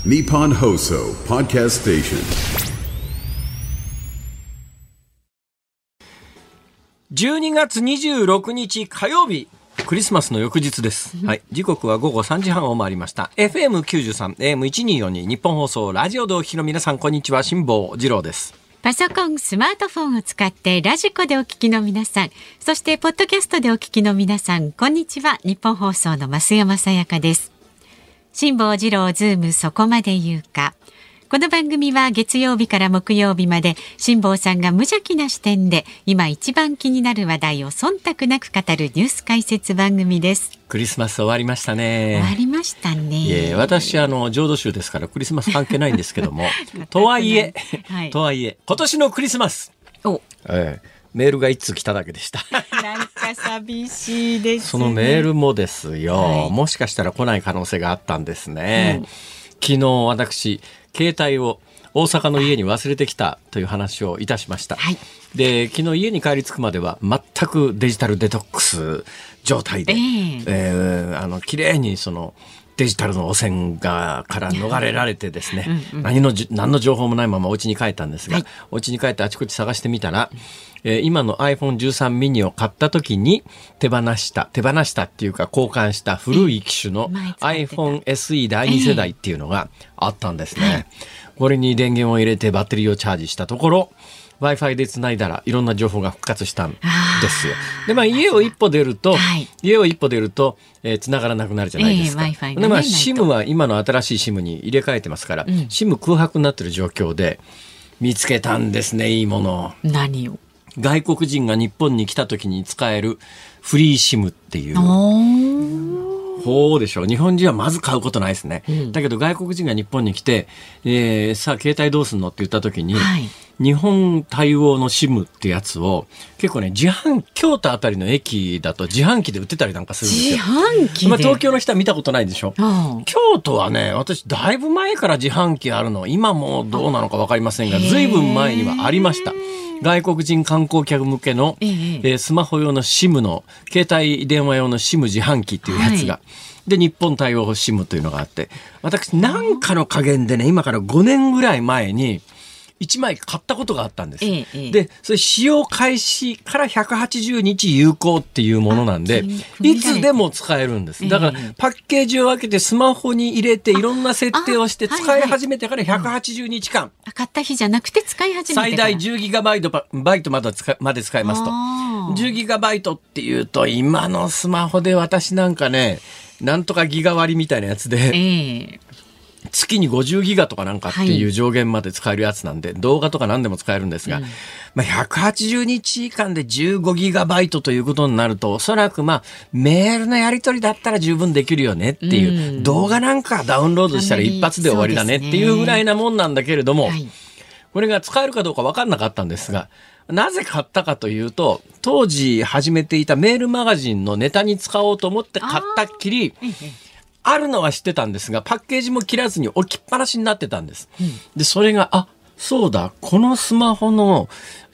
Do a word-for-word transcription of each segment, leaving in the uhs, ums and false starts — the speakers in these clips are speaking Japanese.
Nippon Hoso Podcast Station。 じゅうにがつにじゅうろくにち火曜日、クリスマスの翌日です、はい、時刻はごごさんじはんを回りました。 エフエムきゅうじゅうさん エーエムせんにひゃくよんじゅうに 日本放送ラジオでお聞きの皆さん、こんにちは。辛坊治郎です。 パソコン、スマートフォンを使ってラジコでお聞きの皆さん、そしてポッドキャストでお聞きの皆さん、こんにちは。日本放送の増山さやかです。辛坊治郎ズームそこまで言うか。この番組は月曜日から木曜日まで辛坊さんが無邪気な視点で今一番気になる話題を忖度なく語るニュース解説番組です。 クリスマス終わりましたね。 終わりましたね。 いえ、私あの浄土宗ですからクリスマス関係ないんですけどもとはいえ、はい、とはいえ今年のクリスマス、お、ええ、メールが一通来ただけでしたなんか寂しいですね。 そのメールもですよ、はい、もしかしたら来ない可能性があったんですね、うん、昨日私携帯を大阪の家に忘れてきたという話をいたしました、はい、で昨日家に帰り着くまでは全くデジタルデトックス状態で、えーえー、あの綺麗にそのデジタルの汚染がから逃れられてですね、うんうん、何の何の情報もないままお家に帰ったんですが、はい、お家に帰ってあちこち探してみたら、えー、今の アイフォンじゅうさん ミニを買った時に手放した手放したっていうか交換した古い機種の アイフォンエスイー だいに世代っていうのがあったんですね、はい、これに電源を入れてバッテリーをチャージしたところWi-Fi でつないだらいろんな情報が復活したんですよ。で、まあ、家を一歩出ると、はい、家を一歩出ると、えー、繋がらなくなるじゃないですか。えー Wi-Fi がね、で、まあ、SIM は今の新しい SIM に入れ替えてますから、うん、SIM 空白になってる状況で見つけたんですね、いいものを。 何を？ 外国人が日本に来た時に使えるフリー SIM っていう。ほうでしょう。日本人はまず買うことないですね、うん、だけど外国人が日本に来て、えー、さあ携帯どうすんのって言った時に、はい、日本対応の SIM ってやつを結構ね、自販京都あたりの駅だと自販機で売ってたりなんかするんですよ。 自販機で、 まあ、東京の人は見たことないでしょ、うん、京都はね、私だいぶ前から自販機あるの、今もどうなのか分かりませんが、ずいぶん前にはありました。外国人観光客向けの、えーえー、スマホ用の SIM の携帯電話用の SIM 自販機っていうやつが、はい、で日本対応 SIM というのがあって、私なんかの加減でね、今からごねんぐらい前にいちまい買ったことがあったんです、ええ、でそれ使用開始からひゃくはちじゅうにち有効っていうものなんで、いつでも使えるんです。だからパッケージを開けてスマホに入れていろんな設定をして使い始めてからひゃくはちじゅうにちかん、 うん、買った日じゃなくて使い始めてから最大じゅうギガバイトバイトまで使まで使えますと。じゅうギガバイトっていうと今のスマホで私なんかね、なんとかギガ割みたいなやつで、えー月にごじゅうギガとかなんかっていう上限まで使えるやつなんで、はい、動画とか何でも使えるんですが、うん、まあ、ひゃくはちじゅうにちかんでじゅうごギガバイトということになると、おそらくまあメールのやり取りだったら十分できるよねっていう、うん、動画なんかダウンロードしたら一発で終わりだねっていうぐらいなもんなんだけれども、はい、これが使えるかどうか分かんなかったんですが、なぜ買ったかというと、当時始めていたメールマガジンのネタに使おうと思って買ったっきり、あるのは知ってたんですが、パッケージも切らずに置きっぱなしになってたんです、うん、でそれが、あ、そうだ、このスマホの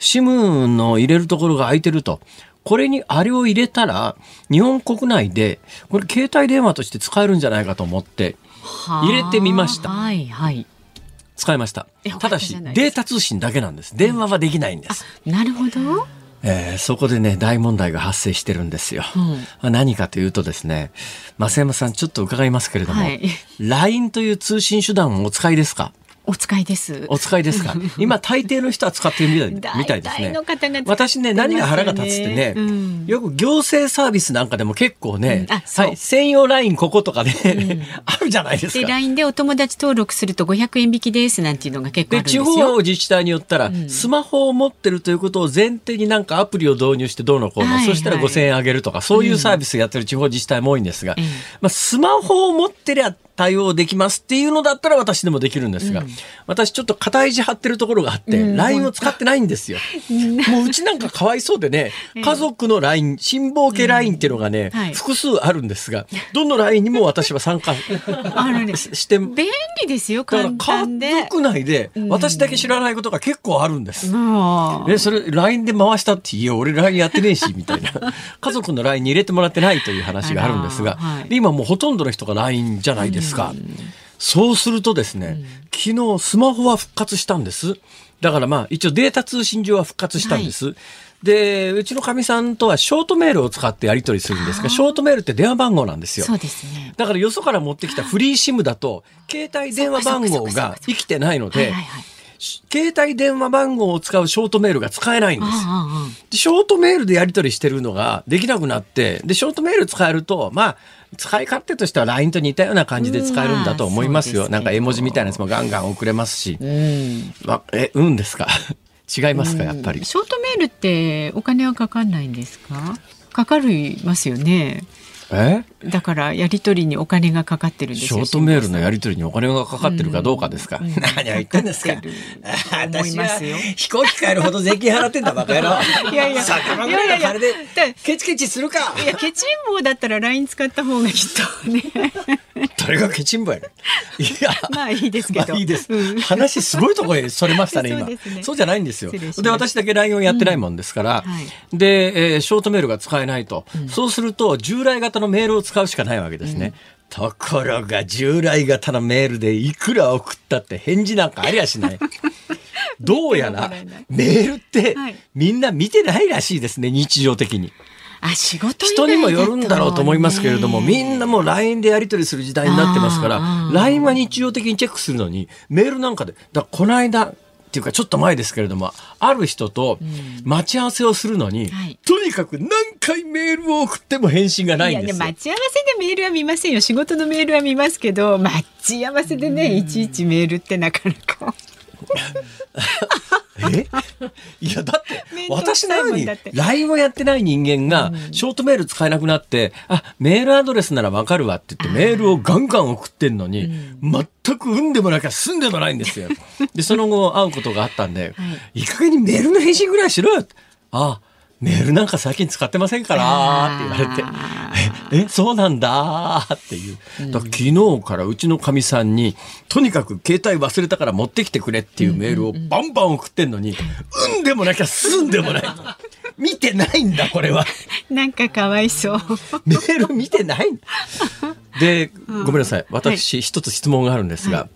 SIM の入れるところが空いてると、これにあれを入れたら日本国内でこれ携帯電話として使えるんじゃないかと思って入れてみました。 はいはい、 使いました。ただしデータ通信だけなんです。電話はできないんです、 うん、なるほど。 えー、そこでね、大問題が発生してるんですよ、うん、何かというとですね、増山さんちょっと伺いますけれども、はい、ライン という通信手段をお使いですか？ お使いです。 お使いですか？今大抵の人は使ってるみたい、みたいですね。私ね、何が腹が立つってね、うん、よく行政サービスなんかでも結構ね、うん、はい、専用 ライン こことかね、うん、あるじゃないですか。 で ライン でお友達登録するとごひゃくえん引きですなんていうのが結構あるんですよ。 で地方自治体によったら、うん、スマホを持ってるということを前提になんかアプリを導入してどうのこうの、はいはい、そしたらごせんえんあげるとか、そういうサービスやってる地方自治体も多いんですが、うん、まあ、スマホを持ってりゃ対応できますっていうのだったら私でもできるんですが、うん、私ちょっと肩意地張ってるところがあって、うん、ライン を使ってないんですよ、うん、もううちなんかかわいそうでね、家族の ライン、親睦家 ライン っていうのがね、うん、はい、複数あるんですが、どの ライン にも私は参加して便利ですよ、簡単で。 家族内で私だけ知らないことが結構あるんです、うん、えそれ ライン で回したって、いや俺 ライン やってねえしみたいな家族の ライン に入れてもらってないという話があるんですが、はい、で今もうほとんどの人が ライン じゃないですか、うん、 そうするとですね、うん、昨日スマホは復活したんです。だからまあ一応データ通信上は復活したんです。はい、で、うちのかみさんとはショートメールを使ってやり取りするんですが、ショートメールって電話番号なんですよ。 そうですね。 だからよそから持ってきたフリーシムだと、携帯電話番号が生きてないので、携帯電話番号を使うショートメールが使えないんです。でショートメールでやり取りしてるのができなくなって、でショートメール使えると、まあ使い勝手としては ライン と似たような感じで使えるんだと思いますよ。なんか絵文字みたいなやつもガンガン送れますし。うん、ま、え、うんですか違いますか、やっぱり。 ショートメールってお金はかかんないんですか？かかりますよね。 えだからやり取りにお金がかかってるんですよ。 ショートメールのやり取りにお金がかかってるかどうかですか、うんうん、何を言ってんですか。私は飛行機買えるほど税金払ってんだバカ野郎。いやいや魚ぐらいの金でケチケチするか。 いやケチンボだったら ライン 使った方がきっとね。 誰がケチンボやねん。いやまあいいですけど、 まあ、いいです、うん、話すごいところへそれましたね今。 そうですね。そうじゃないんですよ。で私だけ ライン をやってないもんですから、うんはい、で、えー、ショートメールが使えないと、うん、そうすると従来型のメールを使うしかないわけですね、うん、ところが従来型のメールでいくら送ったって返事なんかありゃしない。どうやらメールってみんな見てないらしいですね、日常的に。 あ、仕事人にもよるんだろうと思いますけれども、みんなもう ライン でやり取りする時代になってますから、 ライン は日常的にチェックするのにメールなんかで、だからこの間っていうかちょっと前ですけれども、ある人と待ち合わせをするのに、うんはい、とにかく何回メールを送っても返信がないんですよ。いや、 待ち合わせでメールは見ませんよ。仕事のメールは見ますけど、待ち合わせでね、いちいちメールってなかなか。 えいやだって私のように ライン をやってない人間がショートメール使えなくなって、うん、あメールアドレスならわかるわって言ってメールをガンガン送ってんのに、うん、全く運でもなきゃ済んでもないんですよ。でその後会うことがあったんで、はい、いい加減にメールの返信ぐらいしろよ。あメールなんか最近使ってませんからって言われて、ええそうなんだっていう。だから昨日からうちのかみさんにとにかく携帯忘れたから持ってきてくれっていうメールをバンバン送ってんのに、うんでもなきゃすんでもない。見てないんだこれは。 なんかかわいそう。 メール見てないで、ごめんなさい、私、はい、一つ質問があるんですが、はい、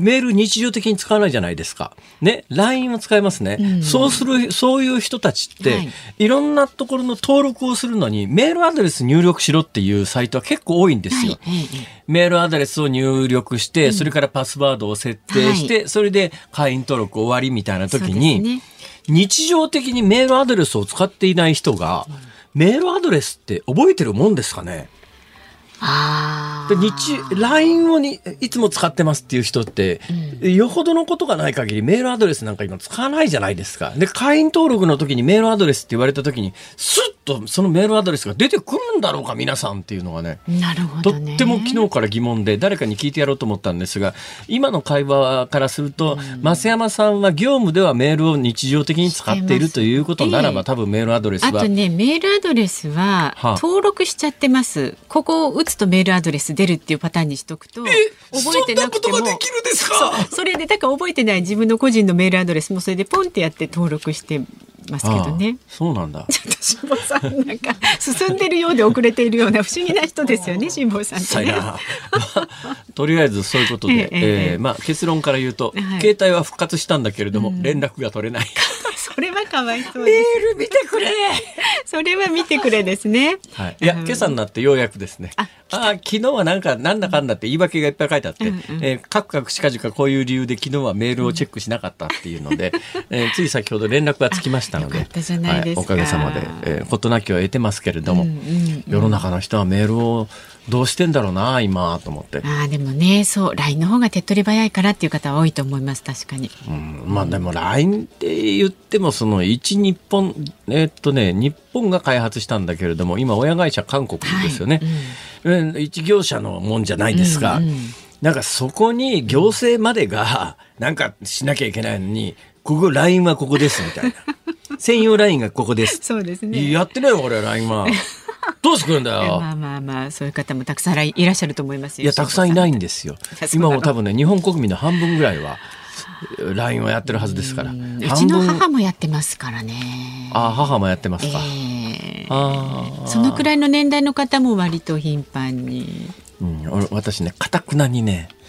メール日常的に使わないじゃないですか。ね、ライン を使いますね、うん。そうする、そういう人たちって、はい、いろんなところの登録をするのに、メールアドレス入力しろっていうサイトは結構多いんですよ。はい、メールアドレスを入力して、うん、それからパスワードを設定して、はい、それで会員登録終わりみたいな時に、ね、日常的にメールアドレスを使っていない人が、うん、メールアドレスって覚えてるもんですかね。 あで日 ライン をにいつも使ってますっていう人って、うん、よほどのことがない限りメールアドレスなんか今使わないじゃないですか。で会員登録の時にメールアドレスって言われた時にスッとそのメールアドレスが出てくるんだろうか皆さんっていうのがね、 なるほどね、 とっても昨日から疑問で誰かに聞いてやろうと思ったんですが、今の会話からすると、うん、増山さんは業務ではメールを日常的に使っているということならば、多分メールアドレスはあとね、メールアドレスは登録しちゃってます、はあ、ここを打つとメールアドレス出るっていうパターンにしとくと、覚えてなくてもそんなことができるんですか。 そう、それでだから覚えてない自分の個人のメールアドレスもそれでポンってやって登録してますけどね。 ああ、そうなんだ。 ちょっと辛坊さんなんか進んでるようで遅れているような不思議な人ですよね、辛坊さんってね。まあ、とりあえずそういうことで、えええーまあ、結論から言うと、はい、携帯は復活したんだけれども、うん、連絡が取れない。 それはかわいそうです。 メール見てくれ。 それは見てくれですね。 はい、いや、今朝になってようやくですね。ああ、昨日はなんかなんだかんだって言い訳がいっぱい書いてあって、うんうん、えー、かくかくしかじかこういう理由で昨日はメールをチェックしなかったっていうので、うん、えー、つい先ほど連絡がつきましたので、 よかったじゃないですか。 はい、おかげさまで、えー、事なきを得てますけれども、うんうんうん、世の中の人はメールをどうしてんだろうな今と思って。 あ、でもね、そう ライン の方が手っ取り早いからっていう方は多いと思います。確かに、 うん、まあでも ライン って言ってもその一日本えー、っとね日本が開発したんだけれども、今親会社韓国ですよね、はい、うん、一業者のもんじゃないですが、うんうん、なんかそこに行政までがなんかしなきゃいけないのに、ここ ライン はここですみたいな専用 ライン がここです。 そうですね。 やってないよ俺 ライン は。どうしてくるんだよ。 まあまあまあ、そういう方もたくさんいらっしゃると思いますよ。 いや、たくさんいないんですよ。今も多分ね、日本国民の半分ぐらいは ライン をやってるはずですから。うちの母もやってますからね。 あ、母もやってますか、 えー、あ、そのくらいの年代の方も割と頻繁に、 うん、私ね、かたくなにね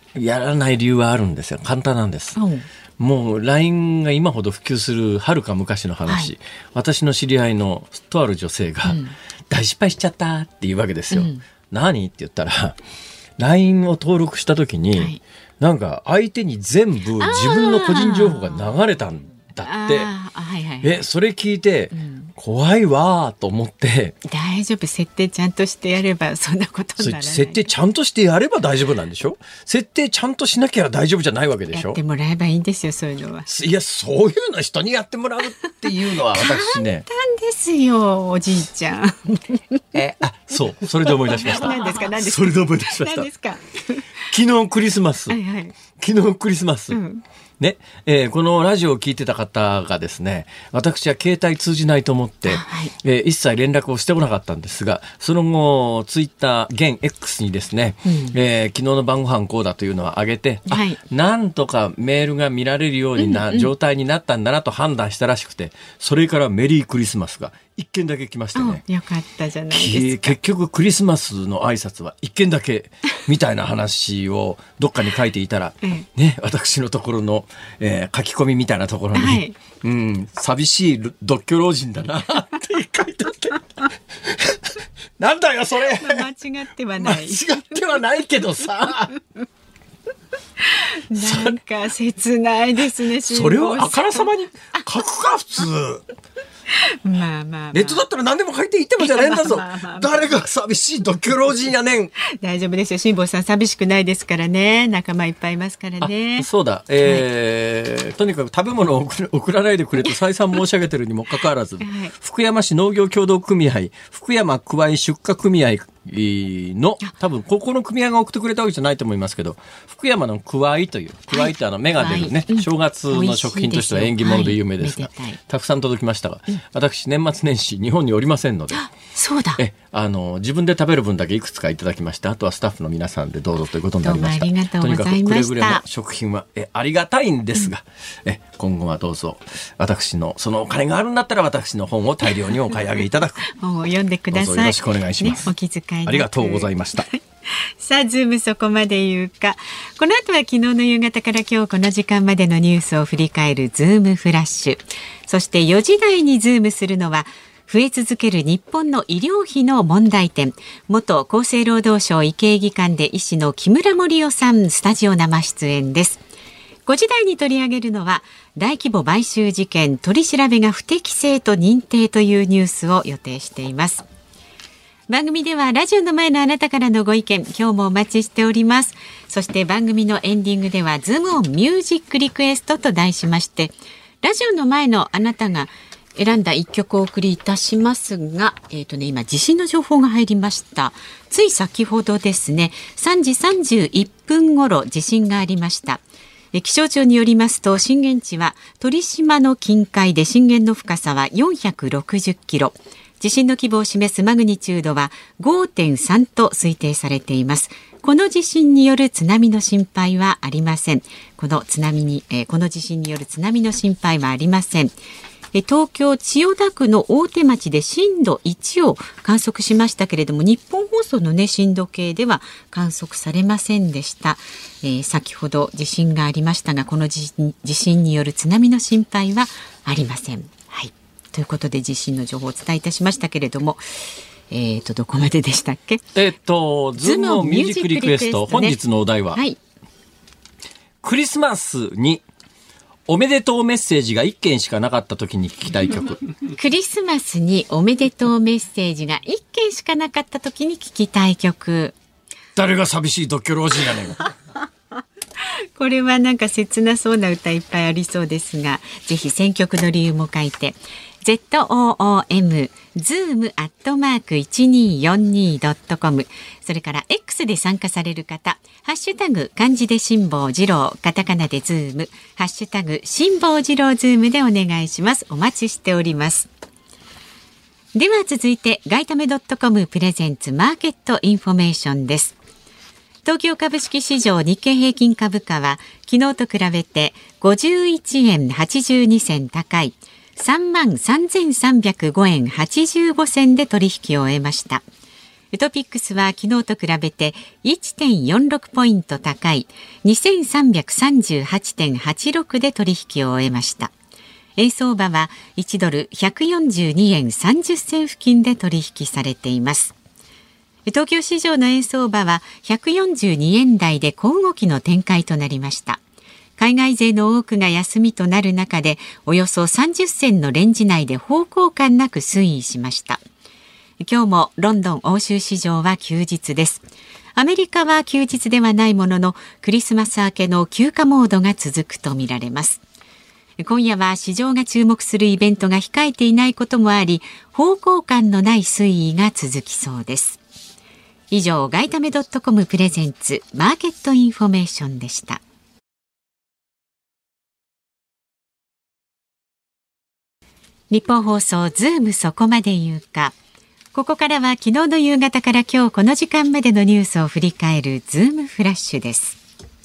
やらない理由はあるんですよ。簡単なんです。うん、もう ライン が今ほど普及するはるか昔の話、はい、私の知り合いのとある女性が、うん、大失敗しちゃったっていうわけですよ。うん、何って言ったら ライン を登録した時に、はい、なんか相手に全部自分の個人情報が流れたんだって。はいはい、えそれ聞いて、うん、怖いわと思って。 大丈夫、設定ちゃんとしてやればそんなことにならない。 設定ちゃんとしてやれば大丈夫なんでしょ。設定ちゃんとしなきゃ大丈夫じゃないわけでしょ。 やってもらえばいいんですよ、そういうのは。 いや、そういうの人にやってもらうっていうのは私ね簡単ですよ、おじいちゃん。 えあそうそれで思い出しました。 何ですか何ですか。 それで思い出しました。 何ですか。 昨日クリスマス、はいはい、昨日クリスマス、うんねえー、このラジオを聞いてた方がですね、私は携帯通じないと思って、はい、えー、一切連絡をしてこなかったんですが、その後ツイッター現 X にですね、うん、えー、昨日の晩ご飯こうだというのを上げて、はい、なんとかメールが見られるような状態になったんだなと判断したらしくて、それからメリークリスマスが一件だけ来ましたね。 よかったじゃないですか。 結局クリスマスの挨拶は一件だけみたいな話をどっかに書いていたら、ね、私のところの、えー、書き込みみたいなところに、はい、うん、寂しい独居老人だなって書いてあってなんだよそれ、 まあ、間違ってはない間違ってはないけどさなんか切ないですね。 それをあからさまに書くか普通まあまあまあ、 ネットだったら何でも書いていってもじゃねえんだぞ。まあまあまあ、誰が寂しい独居老人やねん。 大丈夫ですよ、辛坊さん寂しくないですからね、仲間いっぱいいますからね。 そうだ、えーはい、とにかく食べ物を送らないでくれと再三申し上げてるにもかかわらず、はい、福山市農業協同組合福山くわい出荷組合の多分ここの組合が送ってくれたわけじゃないと思いますけど、福山のくわいというくわいってあの芽が出るね、はい、正月の食品としては縁起物で有名ですが、はい、たくさん届きましたが、うん、私年末年始日本におりませんので、 そうだ、 えあの自分で食べる分だけいくつかいただきまして、あとはスタッフの皆さんでどうぞということになりました。 どうもありがとうございました。とにかくくれぐれも食品はえありがたいんですが、うん、え今後はどうぞ私のそのお金があるんだったら私の本を大量にお買い上げいただく本を読んでください。どうぞよろしくお願いします、 ね、お気遣いありがとうございましたさあズームそこまで言うか。この後は昨日の夕方から今日この時間までのニュースを振り返るズームフラッシュ、そしてよじ台にズームするのは増え続ける日本の医療費の問題点、元厚生労働省医系技官で医師の木村盛夫さんスタジオ生出演です。ごじ台に取り上げるのは大規模買収事件取り調べが不適正と認定というニュースを予定しています。番組ではラジオの前のあなたからのご意見今日もお待ちしております。そして番組のエンディングではズームオンミュージックリクエストと題しまして、ラジオの前のあなたが選んだ一曲をお送りいたしますが、えーとね、今地震の情報が入りました。つい先ほどですね、さんじさんじゅういっぷん頃地震がありました。気象庁によりますと震源地は鳥島の近海で震源の深さはよんひゃくろくじゅっキロ、地震の規模を示すマグニチュードは ごてんさん と推定されています。この地震による津波の心配はありません。この津波に、えー、この地震による津波の心配はありません。東京千代田区の大手町で震度いちを観測しましたけれども、日本放送の、ね、震度計では観測されませんでした。えー、先ほど地震がありましたが、この地震による津波の心配はありません。はい、ということで地震の情報をお伝えいたしましたけれども、えー、とどこまででしたっけ。 えー、とズームのミュージックリクエスト、本日のお題は、はい、クリスマスにおめでとうメッセージがいっけんしかなかった時に聞きたい曲。 クリスマスにおめでとうメッセージがいっけんしかなかった時に聞きたい曲。 誰が寂しい独居老人やねん。 これはなんか切なそうな歌いっぱいありそうですが、ぜひ選曲の理由も書いて ズーム ズーム アットマーク いちにーよんにー ドットコム、 それから X で参加される方、ハッシュタグ漢字で辛坊治郎、カタカナでズーム、ハッシュタグ辛坊治郎ズームでお願いします。お待ちしております。では続いてガイタメ .com プレゼンツマーケットインフォメーションです。東京株式市場日経平均株価は昨日と比べてごじゅういちえんはちじゅうにせん高い さんまんさんぜんさんびゃくごえんはちじゅうごせんで取引を終えました。 トピックスは昨日と比べて いってんよんろく ポイント高い にせんさんびゃくさんじゅうはちてんはちろく で取引を終えました。円相場はいちドルひゃくよんじゅうにえんさんじゅっせん付近で取引されています。東京市場の円相場はひゃくよんじゅうにえん台で小動きの展開となりました。海外勢の多くが休みとなる中で、およそさんじゅっ銭のレンジ内で方向感なく推移しました。今日もロンドン欧州市場は休日です。アメリカは休日ではないものの、クリスマス明けの休暇モードが続くとみられます。今夜は市場が注目するイベントが控えていないこともあり、方向感のない推移が続きそうです。以上、ガイタメ .com プレゼンツマーケットインフォメーションでした。日本放送ズームそこまで言うか。ここからは昨日の夕方から今日この時間までのニュースを振り返るズームフラッシュです。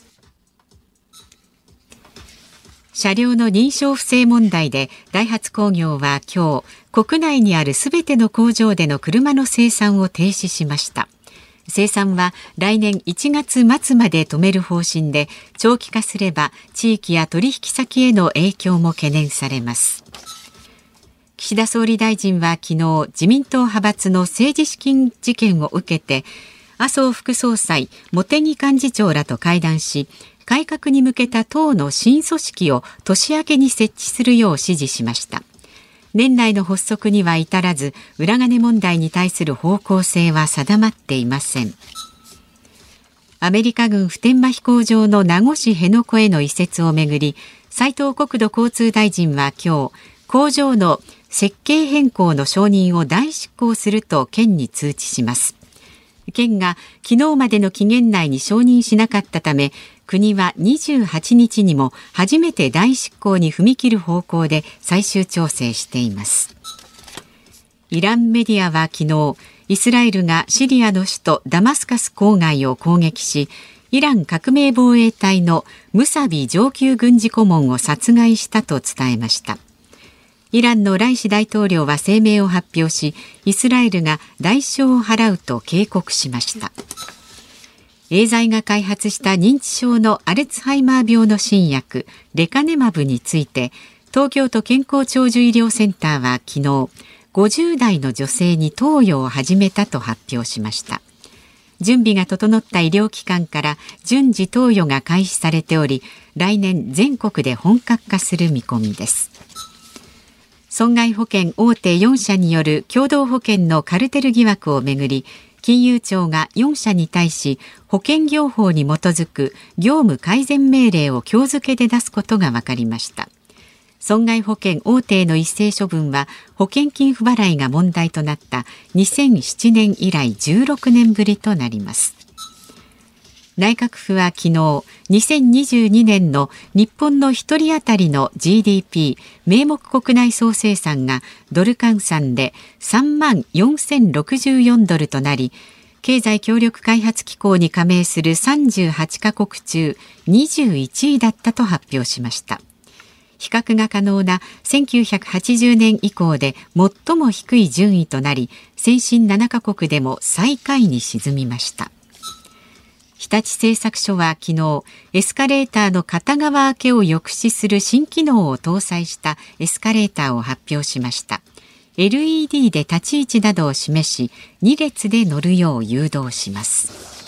車両の認証不正問題でダイハツ工業は今日、国内にあるすべての工場での車の生産を停止しました。生産は来年いちがつ末まで止める方針で、長期化すれば地域や取引先への影響も懸念されます。岸田総理大臣は昨日、自民党派閥の政治資金事件を受けて、麻生副総裁、茂木幹事長らと会談し、改革に向けた党の新組織を年明けに設置するよう指示しました。年内の発足には至らず、裏金問題に対する方向性は定まっていません。アメリカ軍普天間飛行場の名護市辺野古への移設をめぐり、斉藤国土交通大臣は今日、工場の設計変更の承認を代執行すると県に通知します。県が昨日までの期限内に承認しなかったため、国はにじゅうはちにちにも初めて代執行に踏み切る方向で最終調整しています。イランメディアは昨日、イスラエルがシリアの首都ダマスカス郊外を攻撃し、イラン革命防衛隊のムサビ上級軍事顧問を殺害したと伝えました。イランのライシ大統領は声明を発表し、イスラエルが代償を払うと警告しました。エーザイが開発した認知症のアルツハイマー病の新薬レカネマブについて、東京都健康長寿医療センターは昨日、ごじゅう代の女性に投与を始めたと発表しました。準備が整った医療機関から順次投与が開始されており、来年全国で本格化する見込みです。損害保険大手よん社による共同保険のカルテル疑惑をめぐり、金融庁がよん社に対し保険業法に基づく業務改善命令を今日付で出すことが分かりました。損害保険大手への一斉処分は保険金不払いが問題となったにせんななねん以来じゅうろくねんぶりとなります。内閣府は昨日、にせんにじゅうにねんの日本の一人当たりの ジーディーピー 名目国内総生産がドル換算でさんまんよんせんろくじゅうよんドルとなり、経済協力開発機構に加盟するさんじゅうはちカ国中にじゅういちいだったと発表しました。比較が可能なせんきゅうひゃくはちじゅうねん以降で最も低い順位となり、先進ななカ国でも最下位に沈みました。日立製作所は昨日、エスカレーターの片側開けを抑止する新機能を搭載したエスカレーターを発表しました。エルイーディー で立ち位置などを示し、に列で乗るよう誘導します。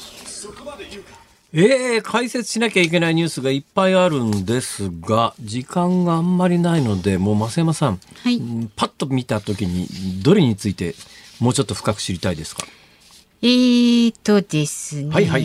えー、解説しなきゃいけないニュースがいっぱいあるんですが、時間があんまりないので、もう増山さん、はい、パッと見たときにどれについてもうちょっと深く知りたいですか？ えーとですね。 はいはい。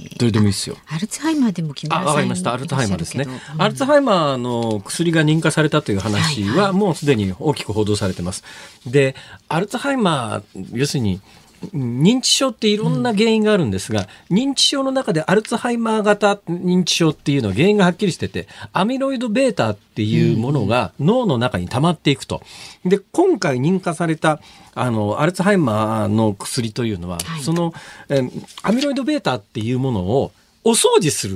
どれでもいいですよ。 アルツハイマーでも木村さん。 あ、わかりました。アルツハイマーですね。うん、アルツハイマーの薬が認可されたという話はもうすでに大きく報道されてます。で、アルツハイマー、要するに認知症っていろんな原因があるんですが、うん、認知症の中でアルツハイマー型認知症っていうのは原因がはっきりしてて、アミロイド β っていうものが脳の中に溜まっていくと。で、今回認可されたあのアルツハイマーの薬というのは、はい、そのえアミロイド β っていうものをお掃除する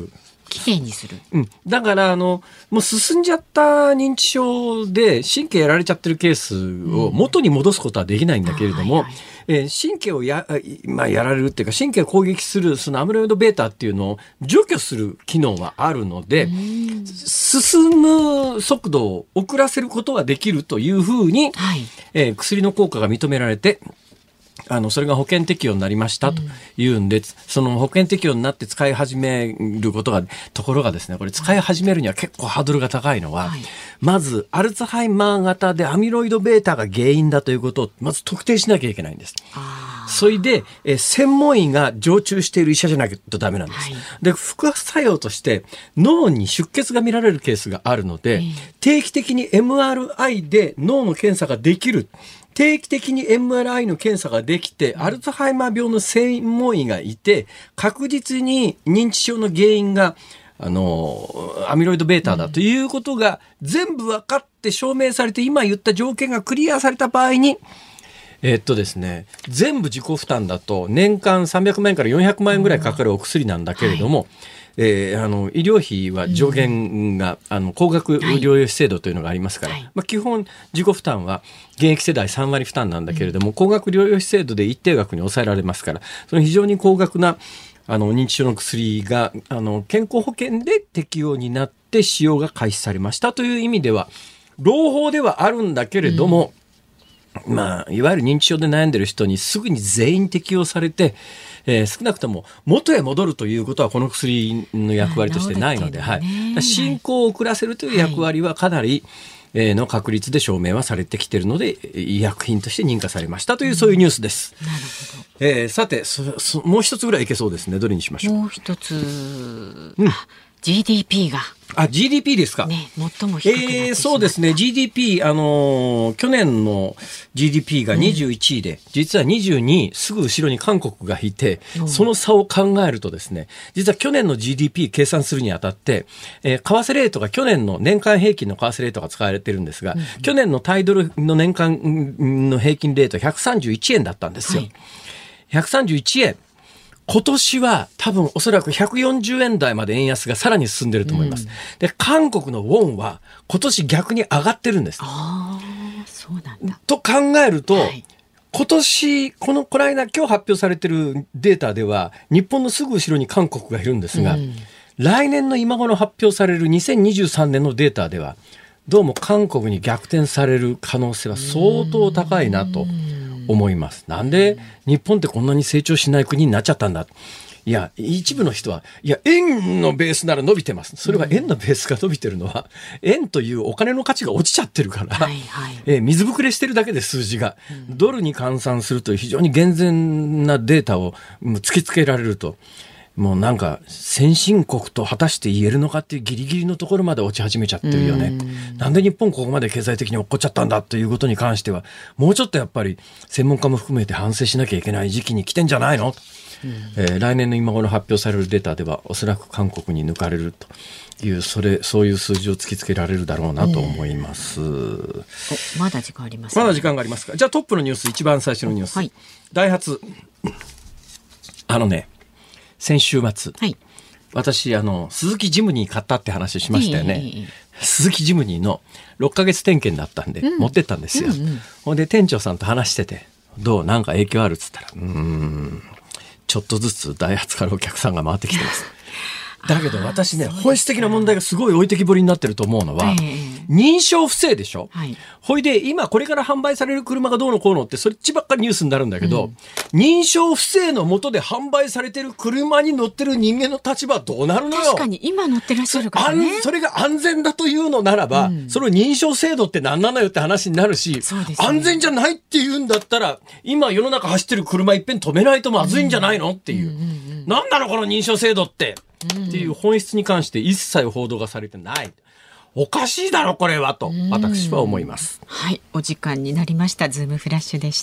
きれいにする、 うん、だからあのもう進んじゃった認知症で神経やられちゃってるケースを元に戻すことはできないんだけれども、うんはいはいえー、神経を や,、まあ、やられるっていうか神経を攻撃するそのアミロイド β っていうのを除去する機能はあるので、進む速度を遅らせることができるというふうに、はいえー、薬の効果が認められてあのそれが保険適用になりましたというんで、うん、その保険適用になって使い始めることがところがですねこれ使い始めるには結構ハードルが高いのは、はい、まずアルツハイマー型でアミロイド β が原因だということをまず特定しなきゃいけないんです。それでえ専門医が常駐している医者じゃないとダメなんです、はい、で副作用として脳に出血が見られるケースがあるので、えー、定期的に エムアールアイ で脳の検査ができる定期的に エムアールアイ の検査ができて、アルツハイマー病の専門医がいて、確実に認知症の原因が、あの、アミロイド β だということが全部分かって証明されて、今言った条件がクリアされた場合に、えっとですね、全部自己負担だと年間さんびゃくまんえんからよんひゃくまんえんぐらいかかるお薬なんだけれども、はいえー、あの医療費は上限が、うん、あの高額療養費制度というのがありますから、はいまあ、基本自己負担は現役世代さんわり負担なんだけれども、うん、高額療養費制度で一定額に抑えられますからその非常に高額なあの認知症の薬があの健康保険で適用になって使用が開始されましたという意味では朗報ではあるんだけれども、うんまあ、いわゆる認知症で悩んでる人にすぐに全員適用されてえー、少なくとも元へ戻るということはこの薬の役割としてないので、はい、進行を遅らせるという役割はかなり、はい、の確率で証明はされてきているので医薬品として認可されましたという、うん、そういうニュースです。なるほど、えー、さてそそもう一つぐらいいけそうですね。どれにしましょう。 もう一つ、うん、ジーディーピー があ ジーディーピー ですか、 ね、最も低くなってしまった、 えー、そうですね ジーディーピー、あのー、去年の ジーディーピー がにじゅういちいで、うん、実はにじゅうにいすぐ後ろに韓国がいて、うん、その差を考えるとですね実は去年の ジーディーピー 計算するにあたって、えー、為替レートが去年の年間平均の為替レートが使われてるんですが、うん、去年の対ドルの年間の平均レートひゃくさんじゅういちえんだったんですよ、はい、ひゃくさんじゅういちえん今年は多分おそらくひゃくよんじゅうえん台まで円安がさらに進んでると思います、うん、で韓国のウォンは今年逆に上がってるんです。 ああ、そうなんだと考えると、はい、今年このこの間今日発表されてるデータでは日本のすぐ後ろに韓国がいるんですが、うん、来年の今頃発表されるにせんにじゅうさんねんのデータではどうも韓国に逆転される可能性は相当高いなと思います。なんで日本ってこんなに成長しない国になっちゃったんだ。いや一部の人はいや円のベースなら伸びてます。それは円のベースが伸びてるのは円というお金の価値が落ちちゃってるから、はいはい、え水ぶくれしてるだけで数字が、うん、ドルに換算すると非常に厳然なデータを突きつけられるともうなんか先進国と果たして言えるのかっていうギリギリのところまで落ち始めちゃってるよね。んなんで日本ここまで経済的に落っこっちゃったんだということに関してはもうちょっとやっぱり専門家も含めて反省しなきゃいけない時期に来てんじゃないの、うんえー、来年の今頃発表されるデータではおそらく韓国に抜かれるというそれそういう数字を突きつけられるだろうなと思います。 まだ時間あります、ね、 まだ時間がありますか。じゃあトップのニュース一番最初のニュース、はい、ダイハツあのね先週末、はい、私あの鈴木ジムニー買ったって話しましたよね、えー、鈴木ジムニーのろっかげつ点検だったんで、うん、持ってったんですよ、うんうん、ほんで店長さんと話しててどうなんか影響あるっつったらうーんちょっとずつダイハツからお客さんが回ってきてますだけど私ね本質的な問題がすごい置いてきぼりになってると思うのは、えー、認証不正でしょ、はい、ほいで今これから販売される車がどうのこうのってそっちばっかりニュースになるんだけど、うん、認証不正の下で販売されてる車に乗ってる人間の立場はどうなるのよ。 確かに今乗ってらっしゃるからねそ, それが安全だというのならば、うん、その認証制度って何なのよって話になるし、そうですね、安全じゃないっていうんだったら今世の中走ってる車いっぺん止めないとまずいんじゃないのっていう、うんうんうんうん、なんなのこの認証制度ってっていう本質に関して一切報道がされてない。おかしいだろこれはと私は思います。 はい、お時間になりました。ズームフラッシュでした。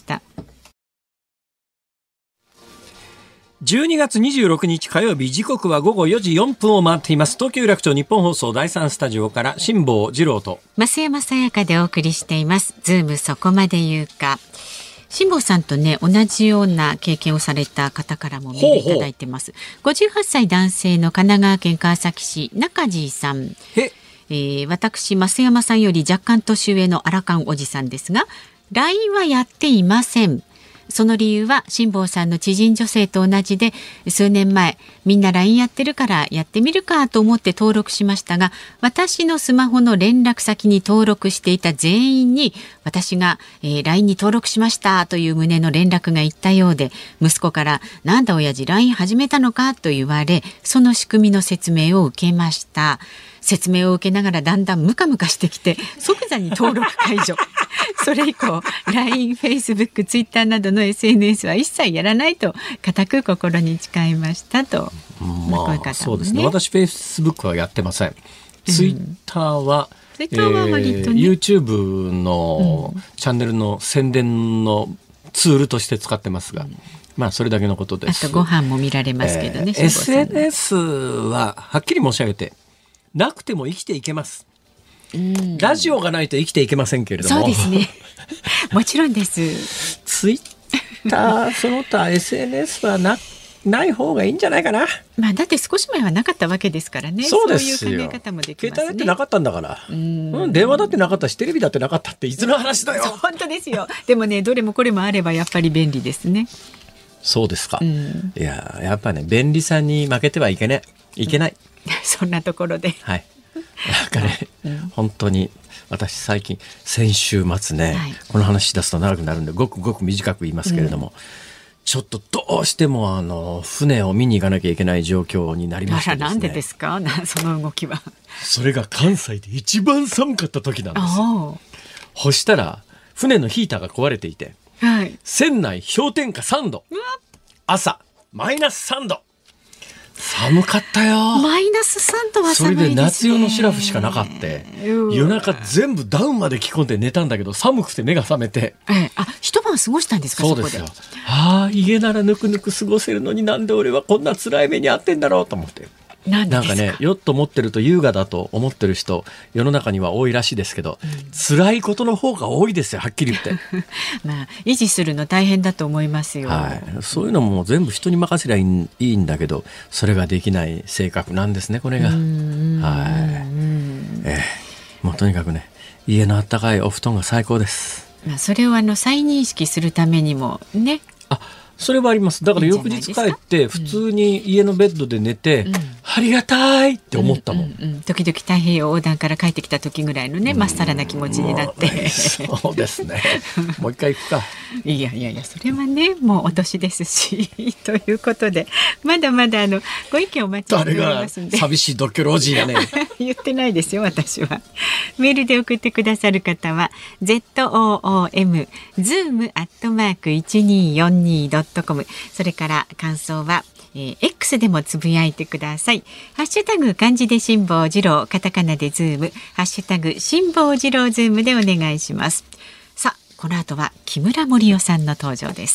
じゅうにがつにじゅうろくにち火曜日、時刻はごごよじよんぷんを回っています。東京有楽町日本放送だいさんスタジオから辛坊治郎と増山さやかでお送りしています。ズームそこまで言うか。 辛坊さんとね同じような経験をされた方からもメールいただいてます。ほうほうごじゅうはっさい男性の神奈川県川崎市中地さん。へえー、私増山さんより若干年上のアラカンおじさんですが ライン はやっていません。その理由は辛坊さんの知人女性と同じで、数年前みんな ライン やってるからやってみるかと思って登録しましたが、私のスマホの連絡先に登録していた全員に私が、えー、ライン に登録しましたという旨の連絡がいったようで、息子からなんだ親父 ライン 始めたのかと言われ、その仕組みの説明を受けました。説明を受けながらだんだんムカムカしてきて即座に登録解除それ以降 ライン、フェイスブック、ツイッターなどの エスエヌエス は一切やらないと固く心に誓いましたと。 まあ、ね、そうですね。私フェイスブックはやってません。ツイッターは、 ツイッターは割とね、 えー、YouTube のチャンネルの宣伝のツールとして使ってますが、うん、まあそれだけのことです。 あとご飯も見られますけどね、 えー、エスエヌエス ははっきり申し上げてなくても生きていけます。うん、ラジオがないと生きていけませんけれども。 そうですねもちろんです。 ツイッターその他 エスエヌエス はなない方がいいんじゃないかな。 まあだって少し前はなかったわけですからね。 そうですよ。 そういう考え方もできますね。 携帯だってなかったんだから。うん、うん、電話だってなかったしテレビだってなかったっていつの話だよ。 本当ですよ。でもね、どれもこれもあればやっぱり便利ですね。 そうですか。うん、いややっぱね、便利さに負けてはいけないいけない、 うん、そんなところで、 はい、なんかね、うん、本当に私最近先週末ね、はい、この話し出すと長くなるんでごくごく短く言いますけれども、うん、ちょっとどうしてもあの船を見に行かなきゃいけない状況になりましたですね。 なんでですかその動きは。 それが関西で一番寒かった時なんですよ。そしたら船のヒーターが壊れていて、はい、船内氷点下さんど、朝マイナスさんど、寒かったよ。 マイナスさんどは寒いですね。 それで夏用のシラフしかなかって、夜中全部ダウンまで着込んで寝たんだけど寒くて目が覚めて、 ええ、あ、一晩過ごしたんですか。 そうですよ。そこでああ、家ならぬくぬく過ごせるのになんで俺はこんな辛い目に遭ってんだろうと思って。 なんなんかね、ヨット持ってると優雅だと思ってる人世の中には多いらしいですけど、うん、辛いことの方が多いですよ、はっきり言ってまあ維持するの大変だと思いますよ、 はい、そういうのも全部人に任せりゃいい、いいんだけどそれができない性格なんですね、これが。はい、えー、もうとにかくね、家のあったかいお布団が最高です。 まあ、それをあの再認識するためにもね、 あ、それはあります。だから翌日帰って普通に家のベッドで寝て、うん、ありがたいって思ったもん、うんうんうん、時々太平洋横断から帰ってきた時ぐらいのね、まっさらな気持ちになって、 そうですねもう一回行くか。 いやいやいや、それはねもうお年ですしということで、まだまだあのご意見お待ちしておりますんで。 誰が寂しい独居老人やね言ってないですよ、私は。メールで送ってくださる方は ズーム ズーム アットマーク いちにーよんにー ドットコム、 それから感想は、えー、X でもつぶやいてください。ハッシュタグ漢字で辛坊治郎、カタカナでズーム、ハッシュタグ辛坊治郎ズームでお願いします。さあ、この後は木村盛夫さんの登場です。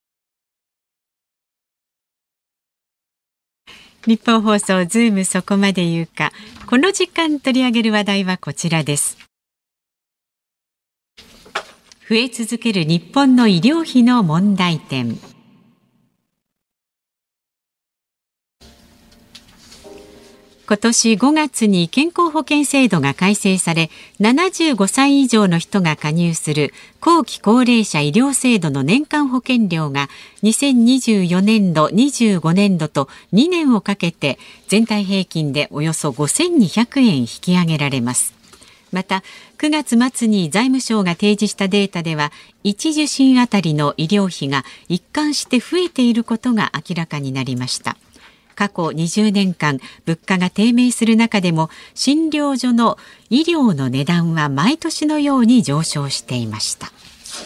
日本放送ズームそこまで言うか。この時間取り上げる話題はこちらです。増え続ける日本の医療費の問題点。今年ごがつに健康保険制度が改正され、ななじゅうごさい以上の人が加入する後期高齢者医療制度の年間保険料がにせんにじゅうよねんど、にじゅうごねんどとにねんをかけて全体平均でおよそごせんにひゃくえん引き上げられます。またくがつ末に財務省が提示したデータでは、一受診あたりの医療費が一貫して増えていることが明らかになりました。過去にじゅうねんかん物価が低迷する中でも、診療所の医療の値段は毎年のように上昇していました。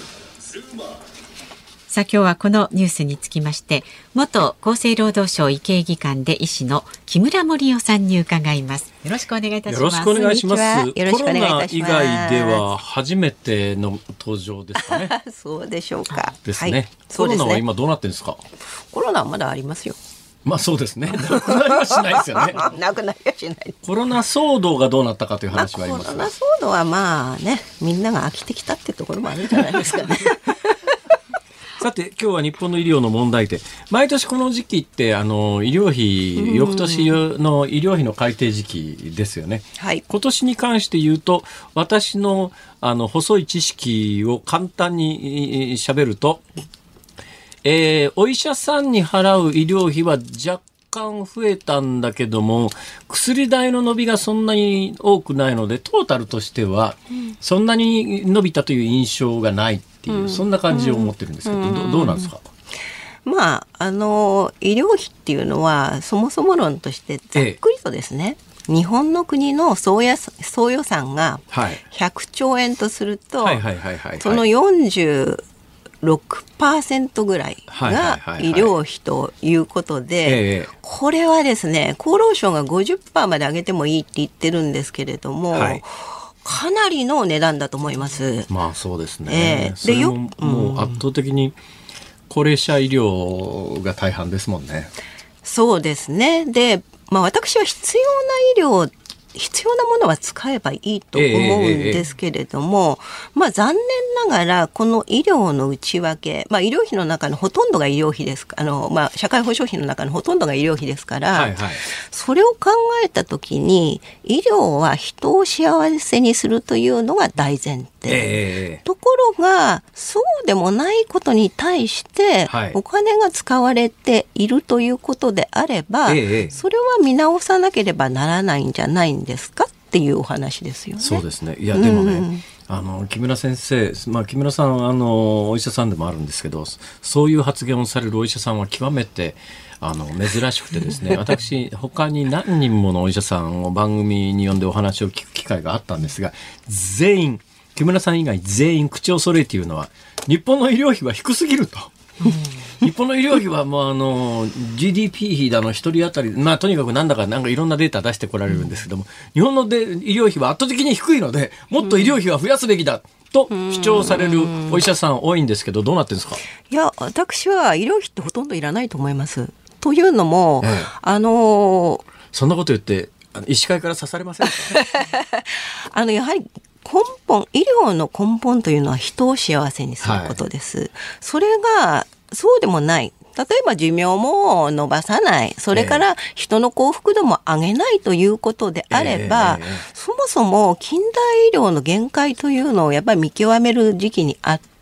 さあ、今日はこのニュースにつきまして、元厚生労働省医系技官で医師の木村盛夫さんに伺います。よろしくお願いいたします。 よろしくお願いします。 よろしくお願いいたします。 コロナ以外では初めての登場ですかね。 そうでしょうか。 ですね。 はい、 コロナは今どうなってるんですか。 コロナはまだありますよ。 まあそうですね。なくなりはしないですよね。 なくなりはしない。 コロナ騒動がどうなったかという話はありますが、 まあ、コロナ騒動はまあね、みんなが飽きてきたってところもあるんじゃないですかね。 さて今日は日本の医療の問題点。毎年この時期ってあの医療費、翌年の医療費の改定時期ですよね、 はい、 今年に関して言うと私のあの細い知識を簡単に喋ると、えー、お医者さんに払う医療費は若干増えたんだけども薬代の伸びがそんなに多くないのでトータルとしてはそんなに伸びたという印象がないっていう、うん、そんな感じを持ってるんですけど、うん、ど, どうなんですか。 まあ、あの医療費っていうのはそもそも論としてざっくりとですね、ええ、日本の国の総や総予算がひゃくちょうえんとするとそのよんじゅうろくパーセント ぐらいが医療費ということで、これはですね厚労省が ごじゅっパーセント まで上げてもいいって言ってるんですけれども、はい、かなりの値段だと思います。 まあそうですね、えー、それももう圧倒的に高齢者医療が大半ですもんね。 そうですね。で、まあ、私は必要な医療必要なものは使えばいいと思うんですけれども、えーえー、まあ残念ながらこの医療の内訳、まあ、医療費の中のほとんどが医療費ですあの、まあ、社会保障費の中のほとんどが医療費ですから、はいはい、それを考えたときに医療は人を幸せにするというのが大前提、えー、ところがそうでもないことに対してお金が使われているということであれば、はい、えー、それは見直さなければならないんじゃないんですかっていうお話ですよね。 そうですね。いやでもね、うん、あの木村先生、まあ、木村さんあのお医者さんでもあるんですけど、そういう発言をされるお医者さんは極めてあの珍しくてですね私他に何人ものお医者さんを番組に呼んでお話を聞く機会があったんですが、全員木村さん以外全員口を揃えて言うのは日本の医療費は低すぎると。日本の医療費はもうあの ジーディーピー 比だの一人当たり、まあ、とにかくなんだかなんかいろんなデータ出してこられるんですけども、日本ので医療費は圧倒的に低いのでもっと医療費は増やすべきだと主張されるお医者さん多いんですけど、どうなってるんですか。 いや私は医療費ってほとんどいらないと思います。というのも、ええ、あのそんなこと言って医師会から刺されませんか。 あのやはり根本医療の根本というのは人を幸せにすることです、はい、それがそうでもない、例えば寿命も伸ばさない、それから人の幸福度も上げないということであれば、えー、そもそも近代医療の限界というのをやっぱり見極める時期にあって、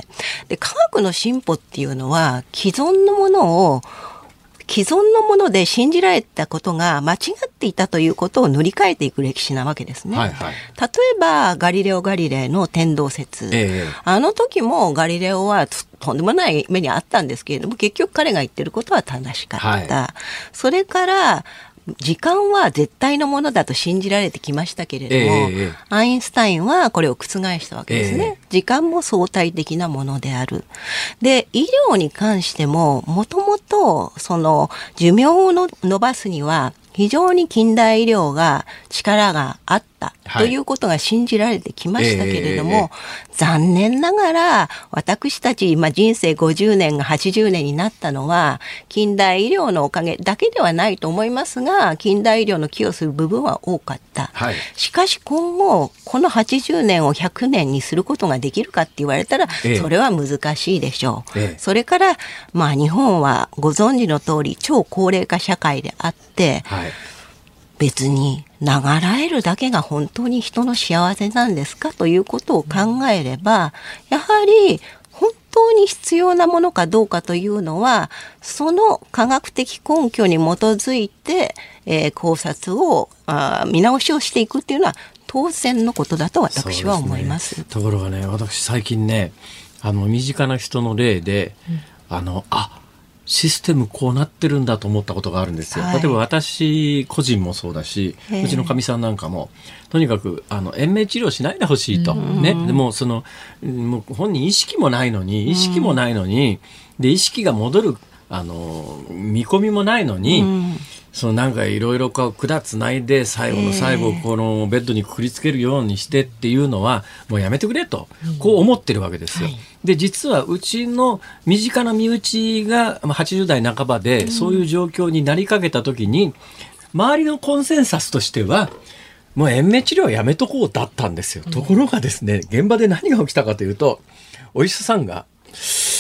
で科学の進歩っていうのは既存のものを既存のもので信じられたことが間違っていたということを塗り替えていく歴史なわけですね、はいはい、例えばガリレオ・ガリレイの天動説、えー、あの時もガリレオはとんでもない目にあったんですけれども結局彼が言ってることは正しかった、はい、それから時間は絶対のものだと信じられてきましたけれども、えー、アインシュタインはこれを覆したわけですね、えー、時間も相対的なものである。で医療に関してももともとその寿命をの伸ばすには非常に近代医療が力があったということが信じられてきましたけれども、はいえーえー、残念ながら私たち、まあ、人生ごじゅうねんがはちじゅうねんになったのは近代医療のおかげだけではないと思いますが近代医療の寄与する部分は多かった、はい、しかし今後このはちじゅうねんをひゃくねんにすることができるかって言われたら、えー、それは難しいでしょう、えー、それから、まあ、日本はご存知の通り超高齢化社会であって、はい、別にながらえるだけが本当に人の幸せなんですかということを考えれば、やはり本当に必要なものかどうかというのはその科学的根拠に基づいて、えー、考察をあ見直しをしていくっていうのは当然のことだと私は思います。 そうですね。ところがね、私最近ねあの身近な人の例で、うん、あのあシステムこうなってるんだと思ったことがあるんですよ、はい、例えば私個人もそうだしうちのかみさんなんかもとにかくあの延命治療しないでほしいと、ね、でもそのもう本人意識もないのに意識もないのにで意識が戻るあの見込みもないのに、うん、そのなんかいろいろ管つないで最後の最後このベッドにくくりつけるようにしてっていうのはもうやめてくれとこう思ってるわけですよ、はい、で実はうちの身近な身内がはちじゅう代半ばでそういう状況になりかけた時に周りのコンセンサスとしてはもう延命治療はやめとこうだったんですよ。ところがですね現場で何が起きたかというとお医者さんが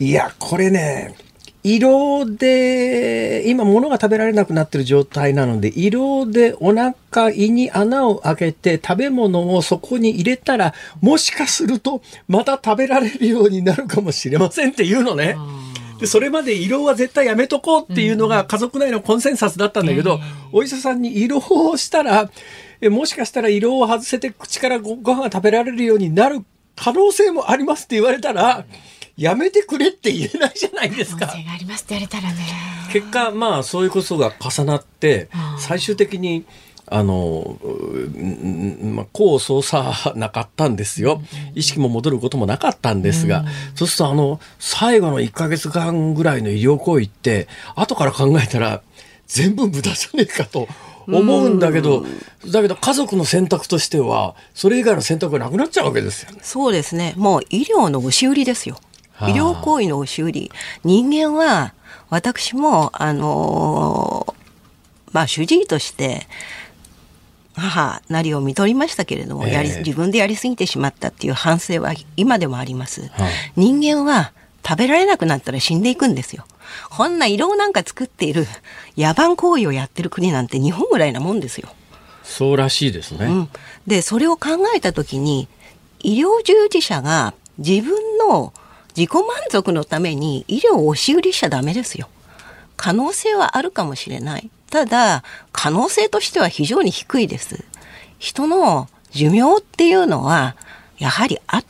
いやこれね、胃ろうで今物が食べられなくなってる状態なので、胃ろうでお腹胃に穴を開けて食べ物をそこに入れたら、もしかするとまた食べられるようになるかもしれませんっていうのね。でそれまで胃ろうは絶対やめとこうっていうのが家族内のコンセンサスだったんだけど、うん、お医者さんに胃ろうをしたら、えもしかしたら胃ろうを外せて口からご飯が食べられるようになる可能性もありますって言われたら、やめてくれって言えないじゃないですか。 可能性がありますって言われたらね。 結果まあそういうことが重なって最終的にあの、まあ、功を奏さなかったんですよ。意識も戻ることもなかったんですが、そうするとあの最後のいっかげつかんぐらいの医療行為って後から考えたら全部無駄じゃねえかと思うんだけど、だけど家族の選択としてはそれ以外の選択がなくなっちゃうわけですよね。 そうですね。もう医療の押し売りですよ。医療行為の押し売り。人間は私もあのー、まあ主治医として母なりを見とりましたけれども、やり自分でやりすぎてしまったっていう反省は今でもあります。はあ、人間は食べられなくなったら死んでいくんですよ。こんな胃ろうなんか作っている野蛮行為をやってる国なんて日本ぐらいなもんですよ。 そうらしいですね。 うん、でそれを考えた時に医療従事者が自分の自己満足のために医療を押し売りしちゃダメですよ。可能性はあるかもしれない。ただ可能性としては非常に低いです。人の寿命っていうのはやはりあって、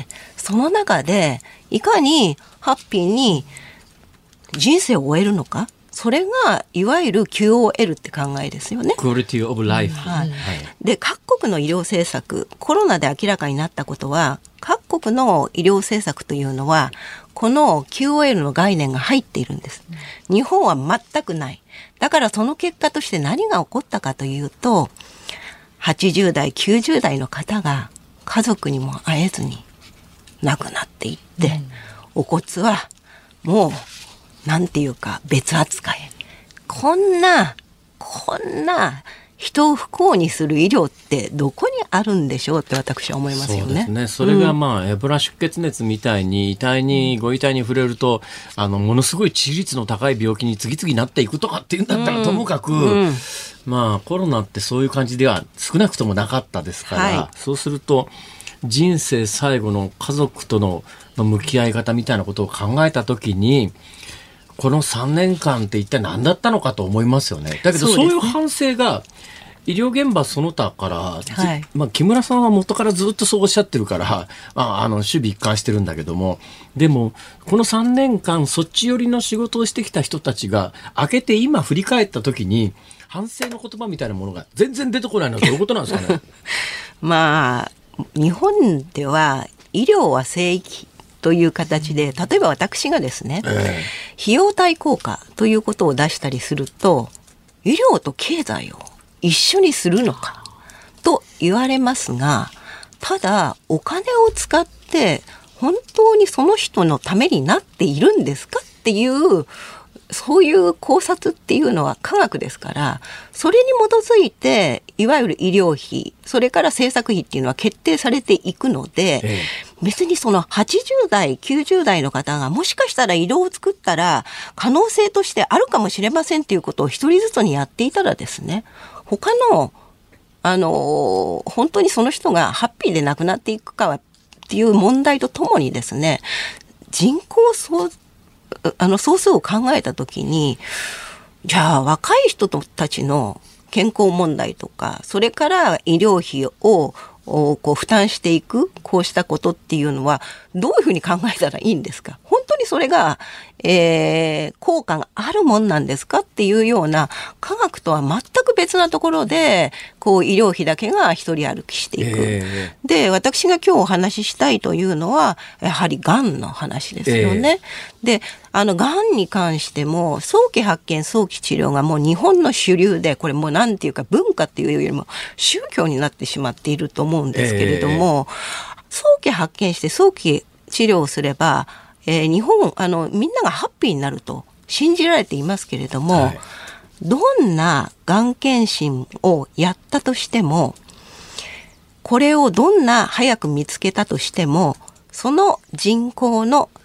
その中でいかにハッピーに人生を終えるのか、それがいわゆる キューオーエル って考えですよね。 クオリティオブライフ。 はい。で各国の医療政策、コロナで明らかになったことは、各国の医療政策というのはこの キューオーエル の概念が入っているんです。日本は全くない。だからその結果として何が起こったかというと、はちじゅうだいきゅうじゅうだいの方が家族にも会えずに亡くなっていって、うん、お骨はもうなんていうか別扱い。こんなこんな人を不幸にする医療ってどこにあるんでしょうって私は思いますよね。 そうですね。それがまあ、うん、エボラ出血熱みたいに遺体にご遺体に触れるとあのものすごい致死率の高い病気に次々になっていくとかっていうんだったらともかく、うんうん、まあコロナってそういう感じでは少なくともなかったですから、はい、そうすると人生最後の家族との向き合い方みたいなことを考えたときに、このさんねんかんって一体何だったのかと思いますよね。だけどそういう反省が医療現場その他から、はい、まあ、木村さんは元からずっとそうおっしゃってるから、まあ、あの守備一貫してるんだけども、でもこのさんねんかんそっち寄りの仕事をしてきた人たちが明けて今振り返った時に反省の言葉みたいなものが全然出てこないのはどういうことなんですかね。 まあ日本では医療は聖域という形で、例えば私がですね、えー、費用対効果ということを出したりすると、医療と経済を一緒にするのかと言われますが、ただお金を使って本当にその人のためになっているんですかっていうそういう考察っていうのは科学ですから、それに基づいていわゆる医療費、それから政策費っていうのは決定されていくので、ええ、別にそのはちじゅうだいきゅうじゅうだいの方がもしかしたら医療を作ったら可能性としてあるかもしれませんっていうことを一人ずつにやっていたらですね、他のあの本当にその人がハッピーで亡くなっていくかっていう問題とともにですね、人口総あの総数を考えたときに、じゃあ若い人たちの健康問題とか、それから医療費をこう負担していくこうしたことっていうのはどういうふうに考えたらいいんですか。本当にそれが、えー、効果があるもんなんですかっていうような、科学とは全く別なところでこう医療費だけが一人歩きしていく、えー、で私が今日お話ししたいというのはやはりがんの話ですよね、えー、であのがんに関しても早期発見早期治療がもう日本の主流で、これもうなんていうか文化っていうよりも宗教になってしまっていると思うんですけれども、えー、早期発見して早期治療をすれば、えー、日本あのみんながハッピーになると信じられていますけれども、はい、どんながん検診をやったとしても、これをどんな早く見つけたとしても、その人口の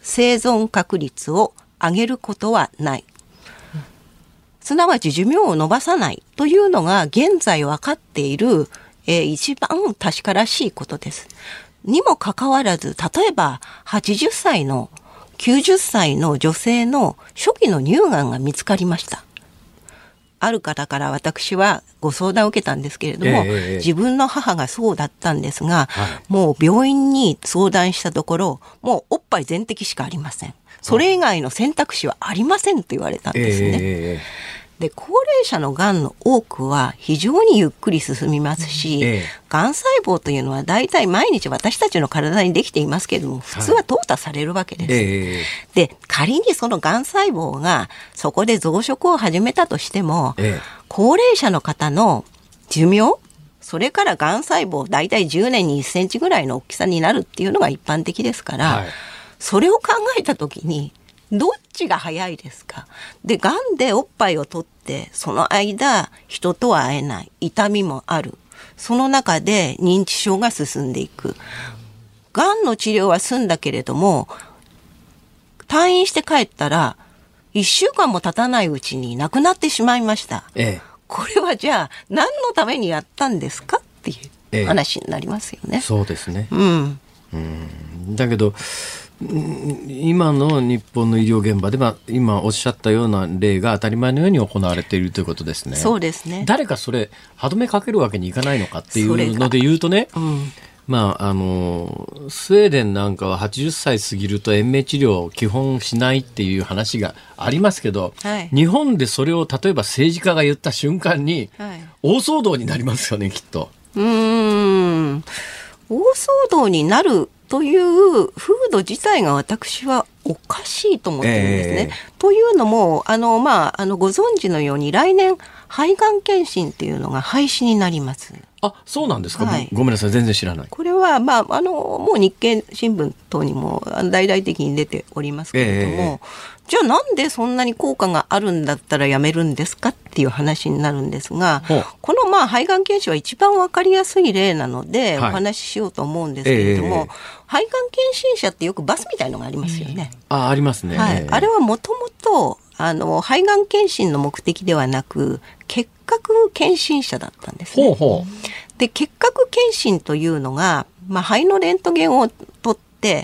生存確率を上げることはない。すなわち寿命を延ばさないというのが現在分かっている、えー、一番確からしいことです。にもかかわらず、例えばはちじゅっさいのきゅうじゅっさいの女性の初期の乳がんが見つかりました。ある方から私はご相談を受けたんですけれども、えー、自分の母がそうだったんですが、はい、もう病院に相談したところ、もうおっぱい全摘しかありません。それ以外の選択肢はありませんと言われたんですね。えーで高齢者のがんの多くは非常にゆっくり進みますし、ええ、がん細胞というのはだいたい毎日私たちの体にできていますけれども、普通は淘汰されるわけです、はいええ、で仮にそのがん細胞がそこで増殖を始めたとしても、ええ、高齢者の方の寿命、それからがん細胞だいたいじゅうねんにいっセンチぐらいの大きさになるっていうのが一般的ですから、はい、それを考えたときにどっちが早いですか。で、がんでおっぱいを取ってその間人とは会えない、痛みもある、その中で認知症が進んでいく。がんの治療は済んだけれども退院して帰ったらいっしゅうかんも経たないうちに亡くなってしまいました、ええ、これはじゃあ何のためにやったんですかっていう話になりますよね、 ええ、そうですね、 うん、 うんだけど今の日本の医療現場では今おっしゃったような例が当たり前のように行われているということですね。 そうですね。 誰かそれ歯止めかけるわけにいかないのかっていうので言うとね、うん、まああのスウェーデンなんかははちじゅっさい過ぎると延命治療を基本しないっていう話がありますけど、はい、日本でそれを例えば政治家が言った瞬間に、はい、大騒動になりますよね、きっと。 うーん大騒動になるという風土自体が私はおかしいと思ってるんですね。えー、というのもあの、まあ、あのご存知のように来年肺がん検診っていうのが廃止になります。 あ、そうなんですか、はい、ごめんなさい全然知らない。 これは、まあ、あのもう日経新聞等にも大々的に出ておりますけれども、えー、じゃあなんでそんなに効果があるんだったらやめるんですかっていう話になるんですが、この、まあ、肺がん検診は一番わかりやすい例なのでお話ししようと思うんですけれども、はいえー、肺がん検診車ってよくバスみたいのがありますよね。 あ、ありますね、 はい、あれはもともとあの肺がん検診の目的ではなく結核検診車だったんですね。ほうほう。で結核検診というのが、まあ、肺のレントゲンを取って、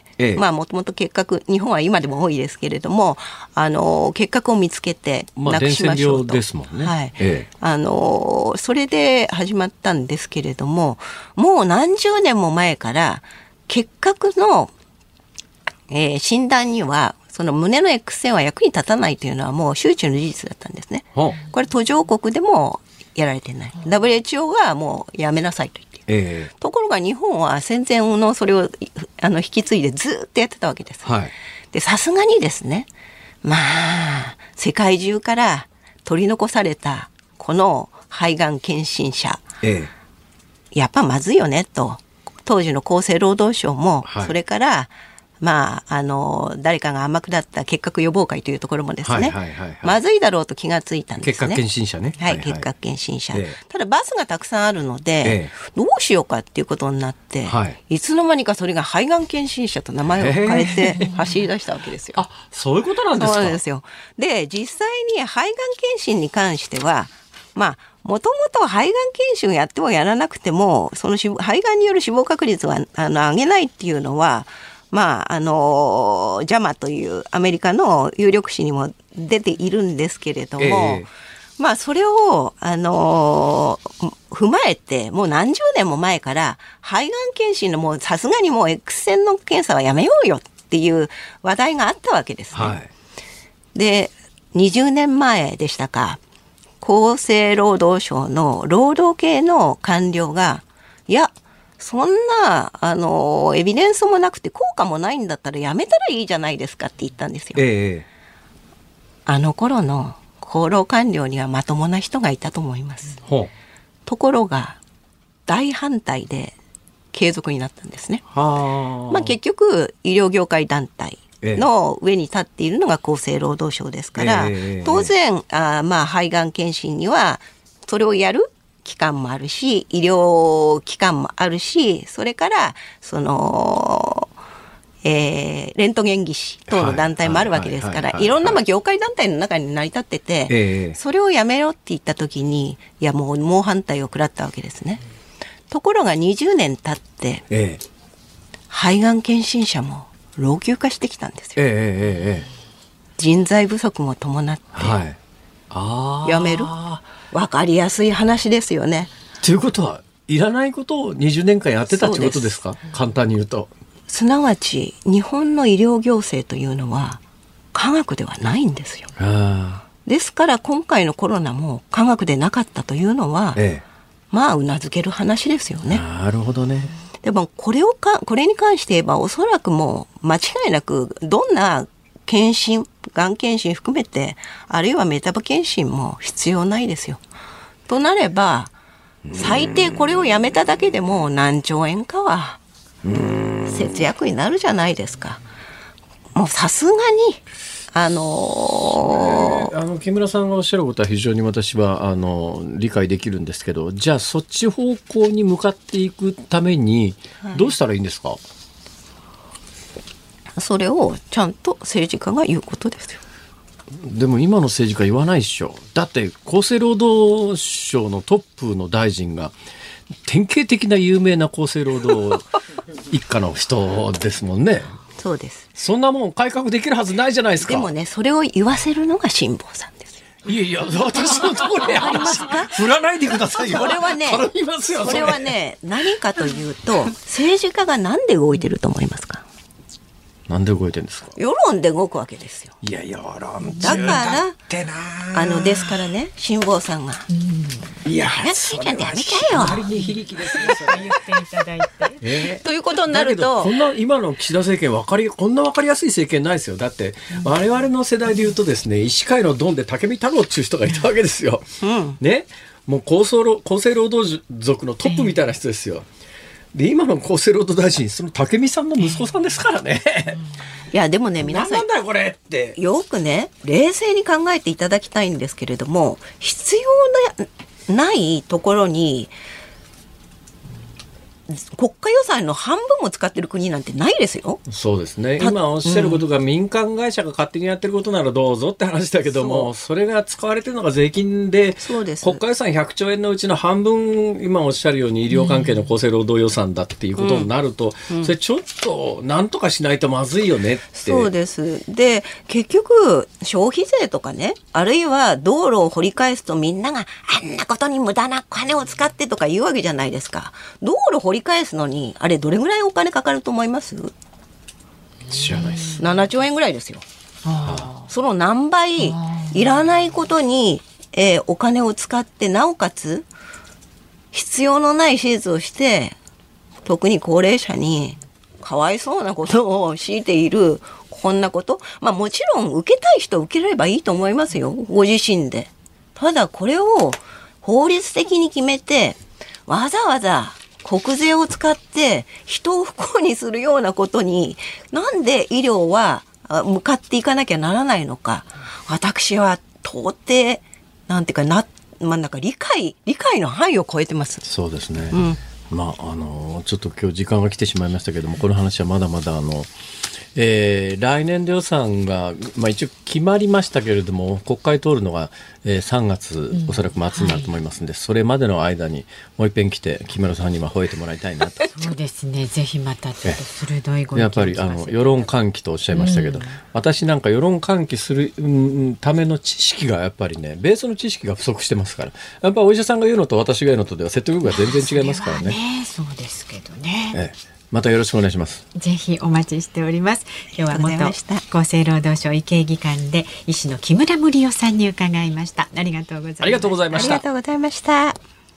ええ、まあもともと結核日本は今でも多いですけれどもあの結核を見つけてなくしましょうと、まあ、伝染病ですもんね、はいええ、あのそれで始まったんですけれどももう何十年も前から結核の、えー、診断にはその胸の X 線は役に立たないというのはもう周知の事実だったんですね。これ途上国でもやられてない。 ダブリューエイチオー がもうやめなさいと言っている、えー、ところが日本は戦前のそれをあの引き継いでずっとやってたわけです。はい、でさすがにですねまあ世界中から取り残されたこの肺がん検診者、えー、やっぱまずいよねと当時の厚生労働省も、はい、それからまあ、あの誰かが天下った結核予防会というところもですね、はいはいはいはい、まずいだろうと気がついたんですね。 結核検診者ね、 はい、はいはい、結核検診者、ええ、ただバスがたくさんあるので、ええ、どうしようかっていうことになって、はい、いつの間にかそれが肺がん検診者と名前を変えて走り出したわけですよ。 あ、そういうことなんですか。 そうなんですよ。で実際に肺がん検診に関してはまあもともと肺がん検診をやってもやらなくてもその肺がんによる死亡確率はあの上げないっていうのはまああのジャマというアメリカの有力誌にも出ているんですけれども、えー、まあそれをあの踏まえてもう何十年も前から肺がん検診のもうさすがにもう X 線の検査はやめようよっていう話題があったわけですね。はい、でにじゅうねんまえでしたか厚生労働省の労働系の官僚がいやそんなあのエビデンスもなくて効果もないんだったらやめたらいいじゃないですかって言ったんですよ。ええ、あの頃の厚労官僚にはまともな人がいたと思います。ほう。ところが大反対で継続になったんですね。はあ、まあ、結局医療業界団体の上に立っているのが厚生労働省ですから、ええ、当然あまあ肺がん検診にはそれをやる機関もあるし医療機関もあるしそれからその、 えー、レントゲン技師等の団体もあるわけですから、いろんなまあ業界団体の中に成り立ってて、えー、それをやめろって言った時に、いやもう猛反対を食らったわけですね。ところがにじゅうねん経って、えー、肺がん検診者も老朽化してきたんですよ。えーえーえー、人材不足も伴って、はい、あやめる、分かりやすい話ですよね。 ということはいらないことをにじゅうねんかんやってたということですか？簡単に言うと。 すなわち日本の医療行政というのは科学ではないんですよ。ですから今回のコロナも科学でなかったというのは、ええ、まあうなずける話ですよね。 なるほどね。 でもこれをかこれに関して言えばおそらくもう間違いなくどんな検診、がん検診含めてあるいはメタボ検診も必要ないですよ。となれば最低これをやめただけでも何兆円かは節約になるじゃないですか。もうさすがにあのー、あの木村さんがおっしゃることは非常に私はあの理解できるんですけど、じゃあそっち方向に向かっていくためにどうしたらいいんですか？はい、 それをちゃんと政治家が言うことですよ。 でも今の政治家言わないでしょ。だって厚生労働省のトップの大臣が典型的な有名な厚生労働一家の人ですもんね。 そうです。 そんなもん改革できるはずないじゃないですか。 でもね、それを言わせるのが辛坊さんですよ。 いやいや、私のところにありますか？振らないでくださいよ。 これはね、 頼みますよ。 それはね、何かというと政治家がなんで動いてると思いますか？ なんで動いてるんですか？ 世論で動くわけですよ。 いや世論だからあのですからね、辛坊さんが、 うん、いやそれはやめちゃえよ。 周りに非力ですね。それ言っていただいて、 えー、ということになると、 こんな今の岸田政権わかりこんな分かりやすい政権ないですよ。だって、うん、我々の世代で言うとですね、医師会のドンで武見太郎っていう人がいたわけですよ。うん、ね、もう厚生労、厚生労働族のトップみたいな人ですよ。で今の厚生労働大臣、その武見さんの息子さんですからね。 いやでもね、皆さんなんだよこれってよくね冷静に考えていただきたいんですけれども、必要なないところに国家予算の半分も使ってる国なんてないですよ。 そうですね。今おっしゃることが民間会社が勝手にやってることならどうぞって話だけども、 そ, それが使われてるのが税金で、 そうです。 国家予算ひゃくちょうえんのうちの半分、今おっしゃるように医療関係の厚生労働予算だっていうことになると、うんうん、それちょっとなんとかしないとまずいよねって。 そうです。で結局消費税とかね、あるいは道路を掘り返すとみんながあんなことに無駄な金を使ってとか言うわけじゃないですか。道路掘り返すのにあれどれぐらいお金かかると思います？ 知らないです。 ななちょうえんぐらいですよ。あその何倍いらないことに、えー、お金を使って、なおかつ必要のない手術をして、特に高齢者にかわいそうなことを強いているこんなこと、まあもちろん受けたい人受ければいいと思いますよ、ご自身で。ただこれを法律的に決めてわざわざ国税を使って人を不幸にするようなことになんで医療は向かっていかなきゃならないのか、私は到底なんていうかな、まあ、なんか理解理解の範囲を超えてます。 そうですね、うん、まああのちょっと今日時間が来てしまいましたけども、この話はまだまだあのえー、来年度予算が、まあ、一応決まりましたけれども、国会通るのが、えー、さんがつ、うん、おそらく末になると思いますので、はい、それまでの間にもう一遍来て木村さんには吠えてもらいたいなと。 そうですね、ぜひまたちょっと鋭いご意見やっぱりあの世論喚起とおっしゃいましたけど、うん、私なんか世論喚起する、うん、ための知識がやっぱりね、ベースの知識が不足してますから、やっぱりお医者さんが言うのと私が言うのとでは説得力が全然違いますからね。 ね、そうですけどね、 ええ、またよろしくお願いします。 ぜひお待ちしております。今日は元厚生労働省医系技官で医師の木村盛夫さんに伺いました。ありがとうございました。 ありがとうございました。 ありがとうございました。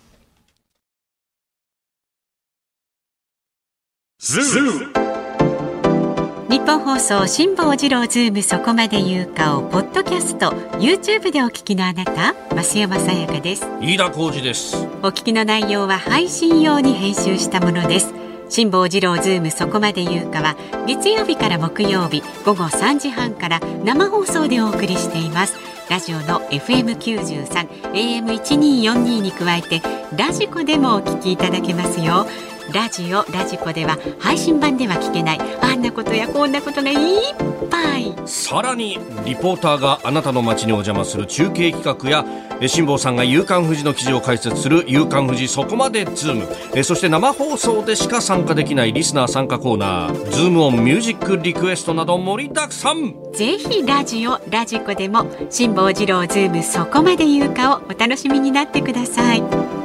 日本放送辛坊治郎ズームそこまで言うかをポッドキャスト YouTube でお聞きのあなた、増山さやかです。 飯田浩司です。 お聞きの内容は配信用に編集したものです。辛坊治郎ズームそこまで言うかは月曜日から木曜日午後さんじはんから生放送でお送りしています。ラジオの エフエムきゅうじゅうさん、エーエムせんにひゃくよんじゅうに に加えてラジコでもお聞きいただけますよ。 ラジオラジコでは配信版では聞けないあんなことやこんなことがいっぱい。 さらにリポーターがあなたの街にお邪魔する中継企画や、え辛坊さんが夕刊フジの記事を解説する夕刊フジそこまでズーム、えそして生放送でしか参加できないリスナー参加コーナーズームオンミュージックリクエストなど盛りだくさん。 ぜひラジオラジコでも辛坊治郎ズームそこまで言うかをお楽しみになってください。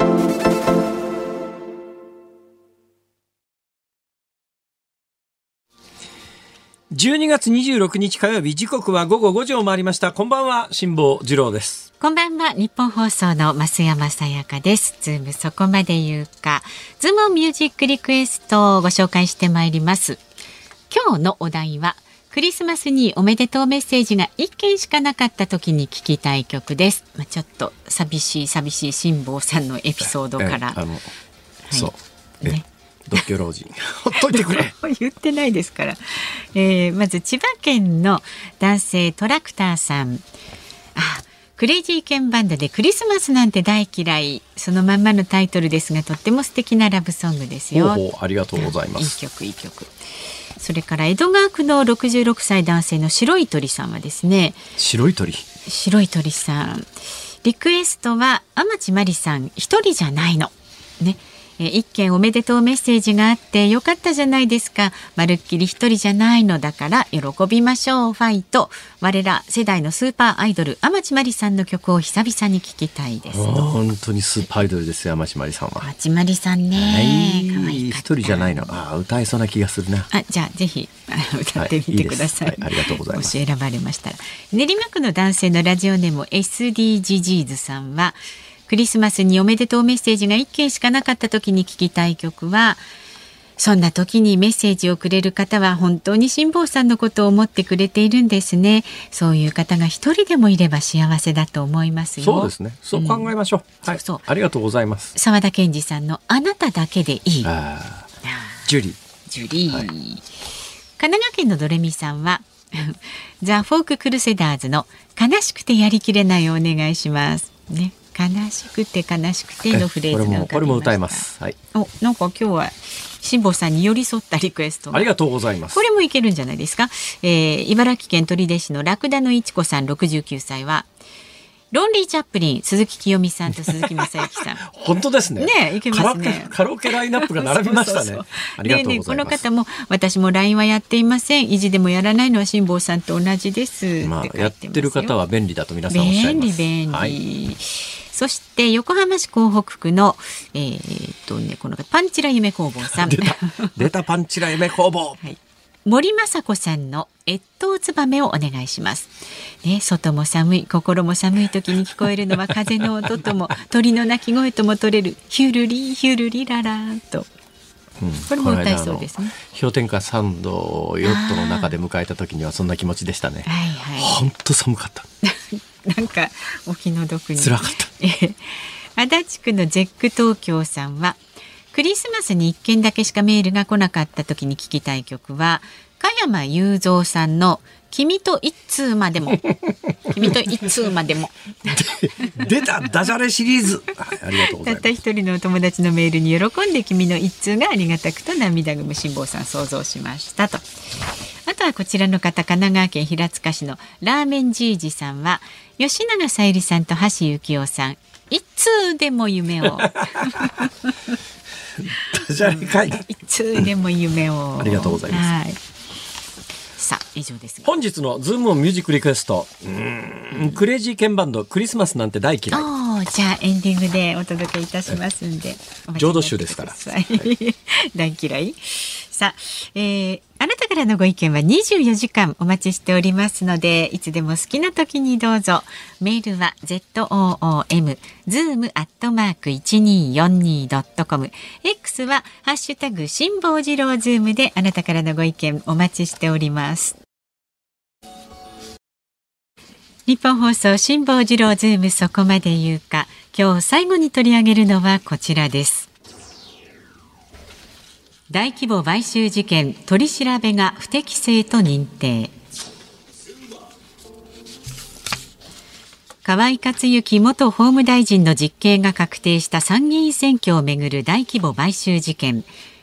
じゅうにがつにじゅうろくにち火曜日、時刻はごごごじを回りました。こんばんは、辛坊治郎です。 こんばんは、日本放送の増山さやかです。ズームそこまで言うか、ズームミュージックリクエストをご紹介してまいります。今日のお題はクリスマスにおめでとうメッセージがいっけんしかなかった時に聞きたい曲です。まあ、ちょっと寂しい寂しい辛坊さんのエピソードからあの、はい、そうね、独居老人ほっといてくれ言ってないですから、えー、まず千葉県の男性トラクターさん。あ、クレイジーケンバンドでクリスマスなんて大嫌い、そのまんまのタイトルですがとっても素敵なラブソングですよ。 ほうほう、ありがとうございます。 いい曲いい曲。それから江戸川区のろくじゅうろくさい男性の白い鳥さんはですね、 白い鳥白い鳥さんリクエストは天地真理さん一人じゃないのね。一件おめでとうメッセージがあってよかったじゃないですか。まるっきり一人じゃないのだから喜びましょうファイト。我ら世代のスーパーアイドル天地真理さんの曲を久々に聴きたいですと。 本当にスーパーアイドルですよ、天地真理さんは。 天地真理さんね、可愛い。 一人じゃないの。あ、歌えそうな気がするな。 あ、じゃあぜひ歌ってみてください。 はい、いいはい、ありがとうございます。 もし選ばれましたら。練馬区の男性のラジオネーム エスディージージーズ さんは、クリスマスにおめでとうメッセージがいっけんしかなかった時に聞きたい曲は、そんな時にメッセージをくれる方は本当に辛坊さんのことを思ってくれているんですね。そういう方が一人でもいれば幸せだと思いますよ。 そうですね、そう考えましょう、うん、はい、そうそう、ありがとうございます。 沢田研二さんのあなただけでいい。 あジュリージュリー、はい、神奈川県のドレミさんはザ・フォーク・クルセダーズの悲しくてやりきれないをお願いしますね。悲しくて悲しくてのフレーズが浮かびました。これも、これも歌います、はい、お、なんか今日は辛坊さんに寄り添ったリクエスト、 ありがとうございます。 これもいけるんじゃないですか。えー、茨城県取手市のラクダのいちこさんろくじゅうきゅうさいはロンリー・チャップリン、鈴木清美さんと鈴木雅之さん本当ですね。 ね、いけますね。 カラオケラインナップが並びましたね。そうそうそう、ありがとうございます。でね、この方も私も ライン はやっていません。維持でもやらないのは辛坊さんと同じです、 まあ、やってる方は便利だと皆さんおっしゃいます。 便利便利、はい。そして横浜市港北区の、えーっとね、このパンチラ夢工房さん出た出たパンチラ夢工房、 はい、森雅子さんの越冬ツバメをお願いします、ね、外も寒い心も寒い時に聞こえるのは風の音とも鳥の鳴き声とも取れるヒュルリヒュルリララーと、うん、これも歌いそうですね。 氷点下さんどをヨットの中で迎えた時にはそんな気持ちでしたね。 はいはい、 本当寒かったなんかお気の毒に辛かった。 足立区のゼック東京さんはクリスマスにいっけんだけしかメールが来なかった時に聞きたい曲は加山雄三さんの君と一通までも君と一通までも出たダジャレシリーズ、はい、ありがとうございます。 たった一人のお友達のメールに喜んで君の一通がありがたくと涙ぐむ辛坊さん想像しましたと。あとはこちらの方、神奈川県平塚市のラーメンじいじさんは吉永小百合さんと橋幸夫さん一通でも夢をダジャレかい一通でも夢をありがとうございます、 はい。さあ以上です。 本日のズームオンミュージックリクエスト、うーん、クレイジーケンバンドクリスマスなんて大嫌い。 おじゃあエンディングでお届けいたしますんで、 浄土宗ですから、はい、 大嫌い。さあ、えー、あなたからのご意見はにじゅうよじかんお待ちしておりますので、いつでも好きな時にどうぞ。メールは ズーム ズーム アットマーク いちにーよんにー ドットコム、 X はハッシュタグ辛坊治郎ズームであなたからのご意見お待ちしております。日本放送辛坊治郎ズームそこまで言うか。今日最後に取り上げるのはこちらです。大規模買収事件取り調べが不適正と認定。河井克行元法務大臣の実刑が確定した参議院選挙をめぐる大規模買収事件。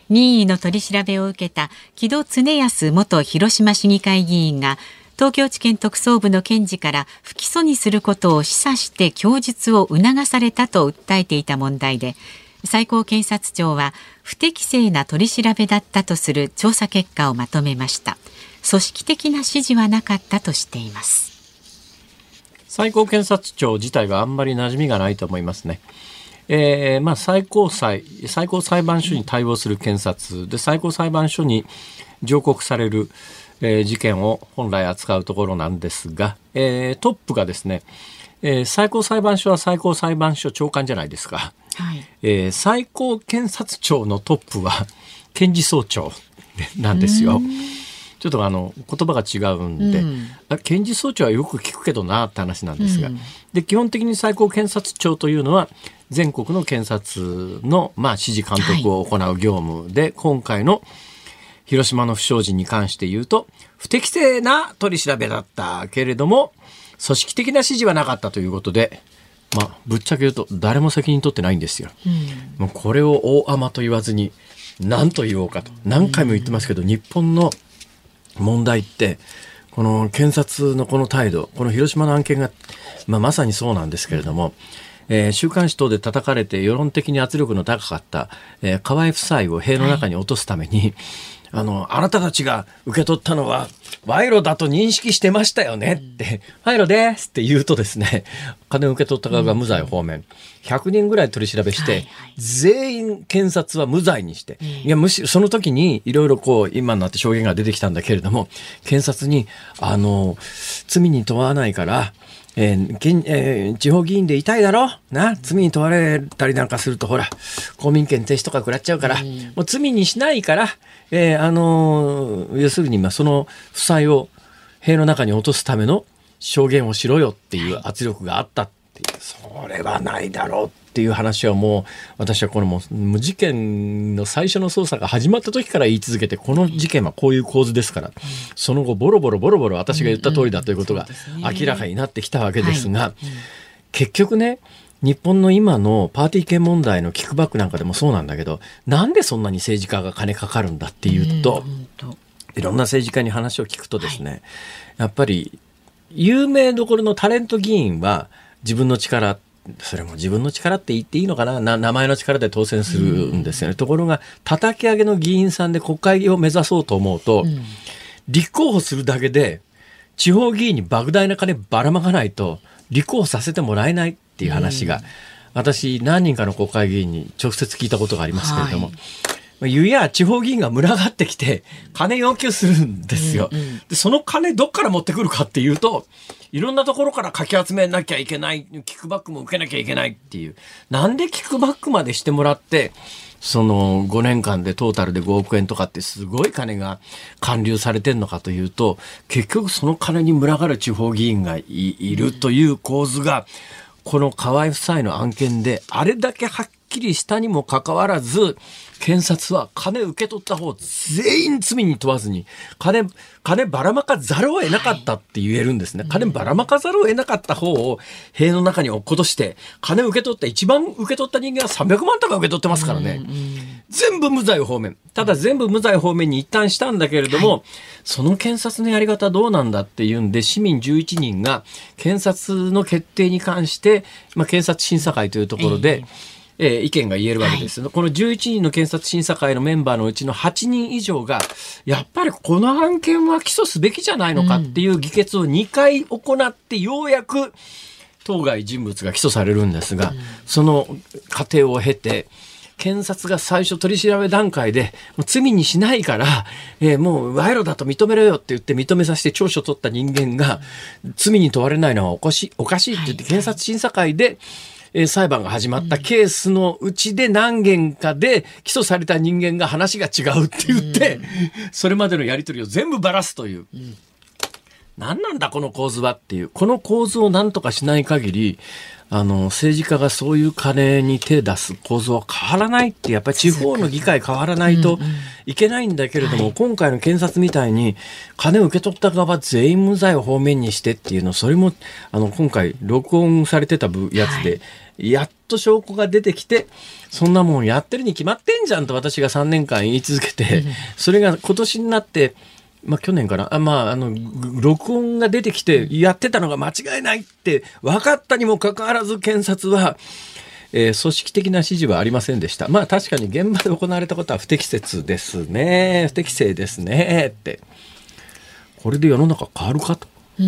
任意の取り調べを受けた木戸経康元広島市議会議員が東京地検特捜部の検事から不起訴にすることを示唆して供述を促されたと訴えていた問題で、最高検察庁は不適正な取り調べだったとする調査結果をまとめました。組織的な指示はなかったとしています。 最高検察庁自体があんまり馴染みがないと思いますね。えーまあ、最高裁、最高裁判所に対応する検察で、最高裁判所に上告される、えー、事件を本来扱うところなんですが、えー、トップがですね、えー、最高裁判所は最高裁判所長官じゃないですか、はいえー、最高検察庁のトップは検事総長なんですよ。ちょっとあの言葉が違うんで、うん、検事総長はよく聞くけどなって話なんですが、うん、で基本的に最高検察庁というのは全国の検察の、まあ、指示監督を行う業務で、はい、今回の広島の不祥事に関して言うと不適正な取り調べだったけれども組織的な指示はなかったということで、まあ、ぶっちゃけ言うと誰も責任取ってないんですよ、うん、もうこれを大甘と言わずに何と言おうかと何回も言ってますけど、うん、日本の問題ってこの検察のこの態度、この広島の案件が、まあ、まさにそうなんですけれども、えー、週刊誌等で叩かれて世論的に圧力の高かった、えー、河合夫妻を塀の中に落とすために、はいあの、あなたたちが受け取ったのは賄賂だと認識してましたよねって、賄賂ですって言うとですね、金を受け取った側が無罪方面、ひゃくにんぐらい取り調べして、全員検察は無罪にして、いやむしろその時にいろいろこう今になって証言が出てきたんだけれども、検察にあの罪に問わないから、えーえー、地方議員でいたいだろな、罪に問われたりなんかするとほら公民権停止とか食らっちゃうから、うん、もう罪にしないから、えー、あのー、要するにまあその負債を塀の中に落とすための証言をしろよっていう圧力があったっていう、それはないだろうっていう話はもう私はこのもう無事件の最初の捜査が始まった時から言い続けて、この事件はこういう構図ですから、その後ボロボロボロボロ私が言った通りだということが明らかになってきたわけですが、結局ね、日本の今のパーティー券問題のキックバックなんかでもそうなんだけど、なんでそんなに政治家が金かかるんだっていうと、いろんな政治家に話を聞くとですね、やっぱり有名どころのタレント議員は自分の力、それも自分の力って言っていいのかな、な名前の力で当選するんですよね。ところが叩き上げの議員さんで国会を目指そうと思うと、うん、立候補するだけで地方議員に莫大な金ばらまかないと立候補させてもらえないっていう話が、うん、私何人かの国会議員に直接聞いたことがありますけれども、はい、言うや地方議員が群がってきて金要求するんですよ、うんうん、でその金どっから持ってくるかっていうと、いろんなところからかき集めなきゃいけない、キックバックも受けなきゃいけないっていう、なんでキックバックまでしてもらってそのごねんかんでトータルでごおくえんとかってすごい金が還流されてんのかというと、結局その金に群がる地方議員が い, いるという構図がこの河合夫妻の案件であれだけはっきりしたにもかかわらず、検察は金受け取った方全員罪に問わずに金金ばらまかざるを得なかったって言えるんですね、はい、金ばらまかざるを得なかった方を塀の中に落っことして、金受け取った一番受け取った人間はさんびゃくまんとか受け取ってますからね、うんうん、全部無罪方面。ただ全部無罪方面に一旦したんだけれども、はい、その検察のやり方どうなんだっていうんで、市民じゅういちにんが検察の決定に関して、まあ、検察審査会というところで、えーえー、意見が言えるわけです、はい、このじゅういちにんの検察審査会のメンバーのうちのはちにん以上がやっぱりこの案件は起訴すべきじゃないのかっていう議決をにかい行ってようやく当該人物が起訴されるんですが、うん、その過程を経て検察が最初取り調べ段階でもう罪にしないから、えー、もう賄賂だと認めろよって言って認めさせて調書を取った人間が罪に問われないのはおかしい、おかしいって言って検察審査会でえー、裁判が始まったケースのうちで何件かで起訴された人間が話が違うって言って、うん、それまでのやり取りを全部ばらすという、うん、何なんだこの構図はっていう、この構図を何とかしない限りあの政治家がそういう金に手出す構造は変わらないって、やっぱり地方の議会変わらないと、うんうん、 いけないんだけれども、はい、今回の検察みたいに金を受け取った側全員無罪を方面にしてっていうの、それもあの今回録音されてたやつで、はい、やっと証拠が出てきて、そんなもんやってるに決まってんじゃんと私がさんねんかん言い続けて、うん、それが今年になってまあ、去年かなあ、まあ、あの録音が出てきてやってたのが間違いないって分かったにもかかわらず検察は、えー、組織的な指示はありませんでした。まあ確かに現場で行われたことは不適切ですね、不適正ですねって。これで世の中変わるかと、うん、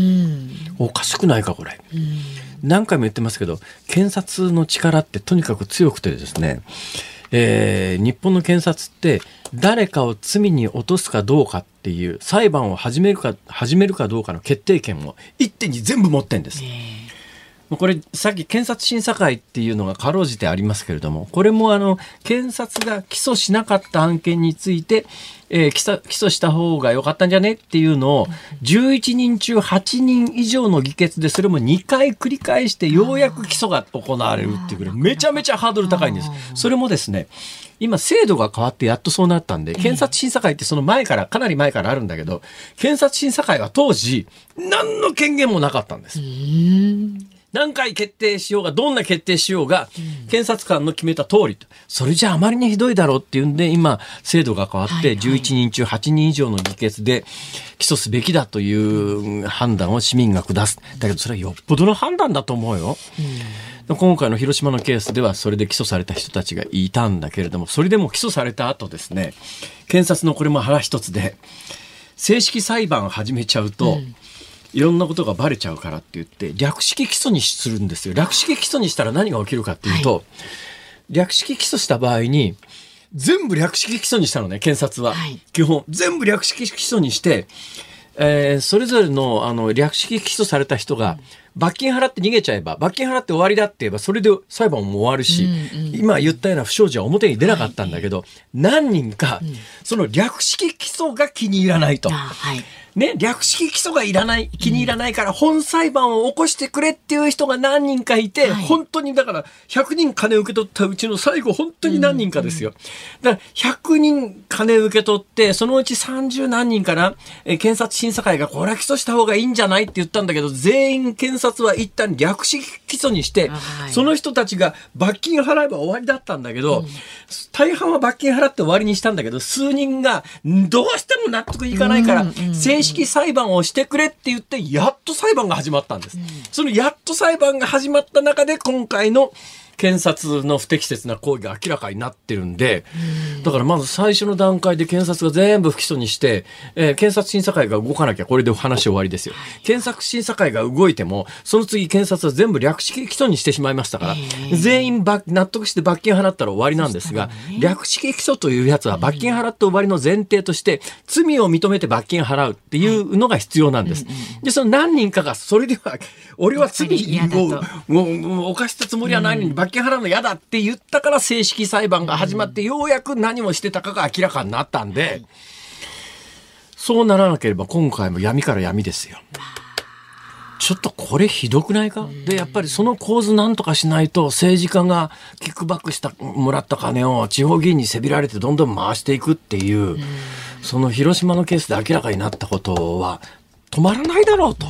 おかしくないかこれ、うん、何回も言ってますけど検察の力ってとにかく強くてですね、えー、日本の検察って誰かを罪に落とすかどうかっていう裁判を始めるか始めるかどうかの決定権を一手に全部持ってんです。これさっき検察審査会っていうのがかろうじてありますけれども、これもあの検察が起訴しなかった案件について、えー、起訴、起訴した方が良かったんじゃねっていうのをじゅういちにんちゅうはちにん以上の議決でそれもにかい繰り返してようやく起訴が行われるっていうぐらいめちゃめちゃハードル高いんです。それもですね、今制度が変わってやっとそうなったんで、検察審査会ってその前からかなり前からあるんだけど、検察審査会は当時何の権限もなかったんです。何回決定しようがどんな決定しようが、うん、検察官の決めた通りと、それじゃあまりにひどいだろうっていうんで今制度が変わってじゅういちにんちゅうはちにん以上の議決で起訴すべきだという判断を市民が下す。だけどそれはよっぽどの判断だと思うよ、うん、今回の広島のケースではそれで起訴された人たちがいたんだけれども、それでも起訴された後ですね、検察のこれも腹一つで正式裁判を始めちゃうと、うんいろんなことがバレちゃうからって言って略式起訴にするんですよ。略式起訴にしたら何が起きるかっていうと、はい、略式起訴した場合に全部略式起訴にしたのね、検察は、はい、基本全部略式起訴にして、えー、それぞれ の, あの略式起訴された人が罰金払って逃げちゃえば、罰金払って終わりだって言えばそれで裁判も終わるし、うんうん、今言ったような不祥事は表に出なかったんだけど、はい、何人か、うん、その略式起訴が気に入らないと、はいね、略式起訴がいらない気に入らないから本裁判を起こしてくれっていう人が何人かいて、はい、本当にだからひゃくにん金受け取ったうちの最後本当に何人かですよ。だからひゃくにん金受け取ってそのうちさんじゅう何人かな、え検察審査会がこれは起訴した方がいいんじゃないって言ったんだけど、全員検察は一旦略式起訴にして、はい、その人たちが罰金払えば終わりだったんだけど、うん、大半は罰金払って終わりにしたんだけど、数人がどうしても納得いかないから、うんうんうん、正式裁判をしてくれって言ってやっと裁判が始まったんです、うん、そのやっと裁判が始まった中で今回の検察の不適切な行為が明らかになってるんで、うん、だからまず最初の段階で検察が全部不起訴にして、えー、検察審査会が動かなきゃこれで話終わりですよ。検察審査会が動いてもその次検察は全部略式起訴にしてしまいましたから、全員納得して罰金払ったら終わりなんですが、ね、略式起訴というやつは罰金払って終わりの前提として罪を認めて罰金払うっていうのが必要なんです、はい、でその何人かがそれでは俺は罪を犯したつもりはないのに罰金払うの嫌だって言ったから正式裁判が始まってようやく何をしてたかが明らかになったんで、そうならなければ今回も闇から闇ですよ。ちょっとこれひどくないか。でやっぱりその構図なんとかしないと、政治家がキックバックしたもらった金を地方議員にせびられてどんどん回していくっていう、その広島のケースで明らかになったことは止まらないだろうと。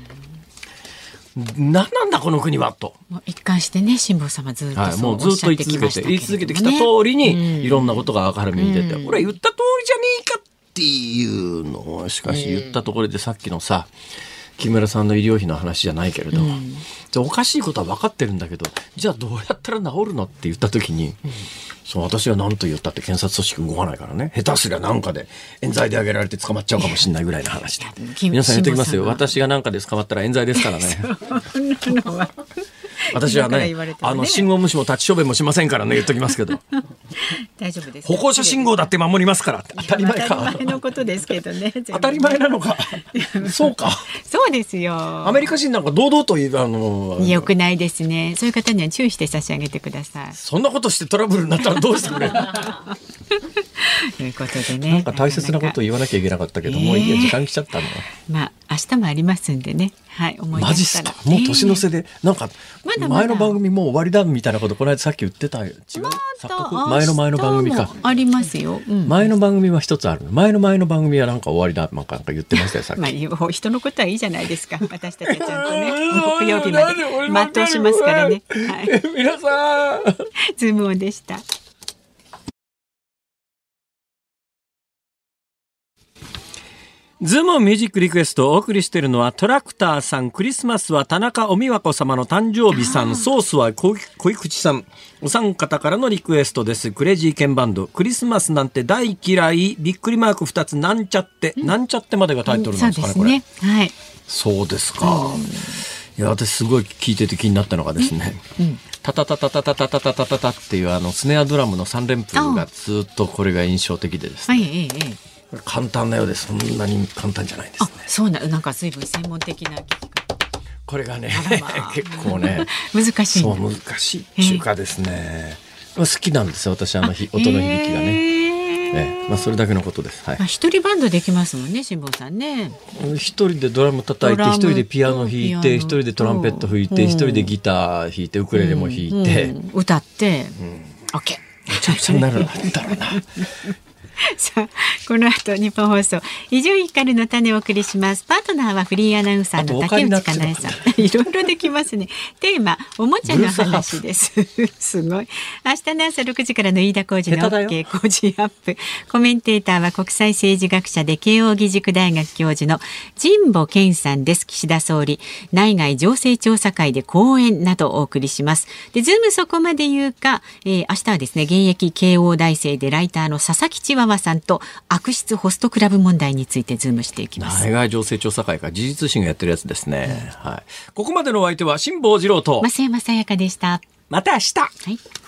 何なんだこの国はと、 もう一貫してね、辛坊さんはずっとそう、はい、もうずっと言い続けて言い続けてきた通りに、いろんなことが明るみに出て、これ言った通りじゃねえかっていうのを、しかし言ったところでさっきのさ、木村さんの医療費の話じゃないけれども、うん、じゃおかしいことは分かってるんだけど、じゃあどうやったら治るのって言った時に、うん、そう私が何と言ったって検察組織動かないからね、下手すりゃなんかで冤罪で挙げられて捕まっちゃうかもしれないぐらいの話で、皆さん言っておきますよ、私がなんかで捕まったら冤罪ですからね私は ね, ねあの信号無視も立ち処分もしませんからね、言っときますけど大丈夫です。 歩行者信号だって守りますからって。当たり前か。 当たり前のことですけどね。 当たり前なのかそうか。 そうですよ。 アメリカ人なんか堂々と言う、あの良くないですね。そういう方には注意して差し上げてください。 そんなことしてトラブルになったらどうしてくれるということでね、 なんか大切なことを言わなきゃいけなかったけど、えー、もういいや、時間来ちゃったの。 まあ、あ明日もありますんでね。はい、思い出マジっした。 すからもう年の瀬で、なんかまだまだ前の番組もう終わりだみたいなことこの間さっき言ってたよ。違う、錯覚前の前の番組か。 ありますよ。うん、 前の番組は一つある。前の前の番組はなんか終わりだなんか言ってましたよさっき。 まあ人のことはいいじゃないですか。私たちはちゃんとね木曜日まで全うしますからね。はい、 皆さんズームオンでした。 ズームオンミュージックリクエストをお送りしているのはトラクターさん、クリスマスは田中お美和子様の誕生日さん、ソースは小口さん、お三方からのリクエストです。クレイジーケンバンド、クリスマスなんて大嫌い、びっくりマークふたつ、なんちゃって、うん、なんちゃってまでがタイトルなんですかね、 うん、そうですね、 これ。 はい、 そうですか、うん、いや私すごい聞いてて気になったのがですね、うん、タタタタタタタタタタタタっていうあのスネアドラムのさん連符がずっとこれが印象的でですね、はい、ええ簡単なようでそんなに簡単じゃないですね。 あ、そうな、なんか随分専門的な聞き方。 これがね、まあ、結構ね難しい。 そう難しい中華ですね。好きなんですよ私あの音の響きがね。ええ、まあそれだけのことです。はい。まあ、 一人バンドできますもんね、辛坊さんね。 一人でドラム叩いて、一人でピアノ弾いて、一人でトランペット吹いて、一人でギター弾いて、ウクレレも弾いて、 うんうん、歌って、うん、オッケー。 めちゃくちゃになるんだろうな。 さあこの後日本放送伊集院光の種をお送りします。パートナーはフリーアナウンサーの竹内かなえさん。いろいろできますね。テーマおもちゃの話です。すごい。明日の朝ろくじからの飯田浩司の OK 工事アップ。コメンテーターは国際政治学者で慶應義塾大学教授の神保健さんです。岸田総理内外情勢調査会で講演などをお送りします。でズームそこまで言うか、えー、明日はですね現役慶応大生でライターの佐々木千和さんと悪質ホストクラブ問題についてズームしていきます。 内外情勢調査会か時事通信がやってるやつですね、うん、はい、ここまでのお相手は辛坊治郎と増山さやかでした。 また明日、 はい。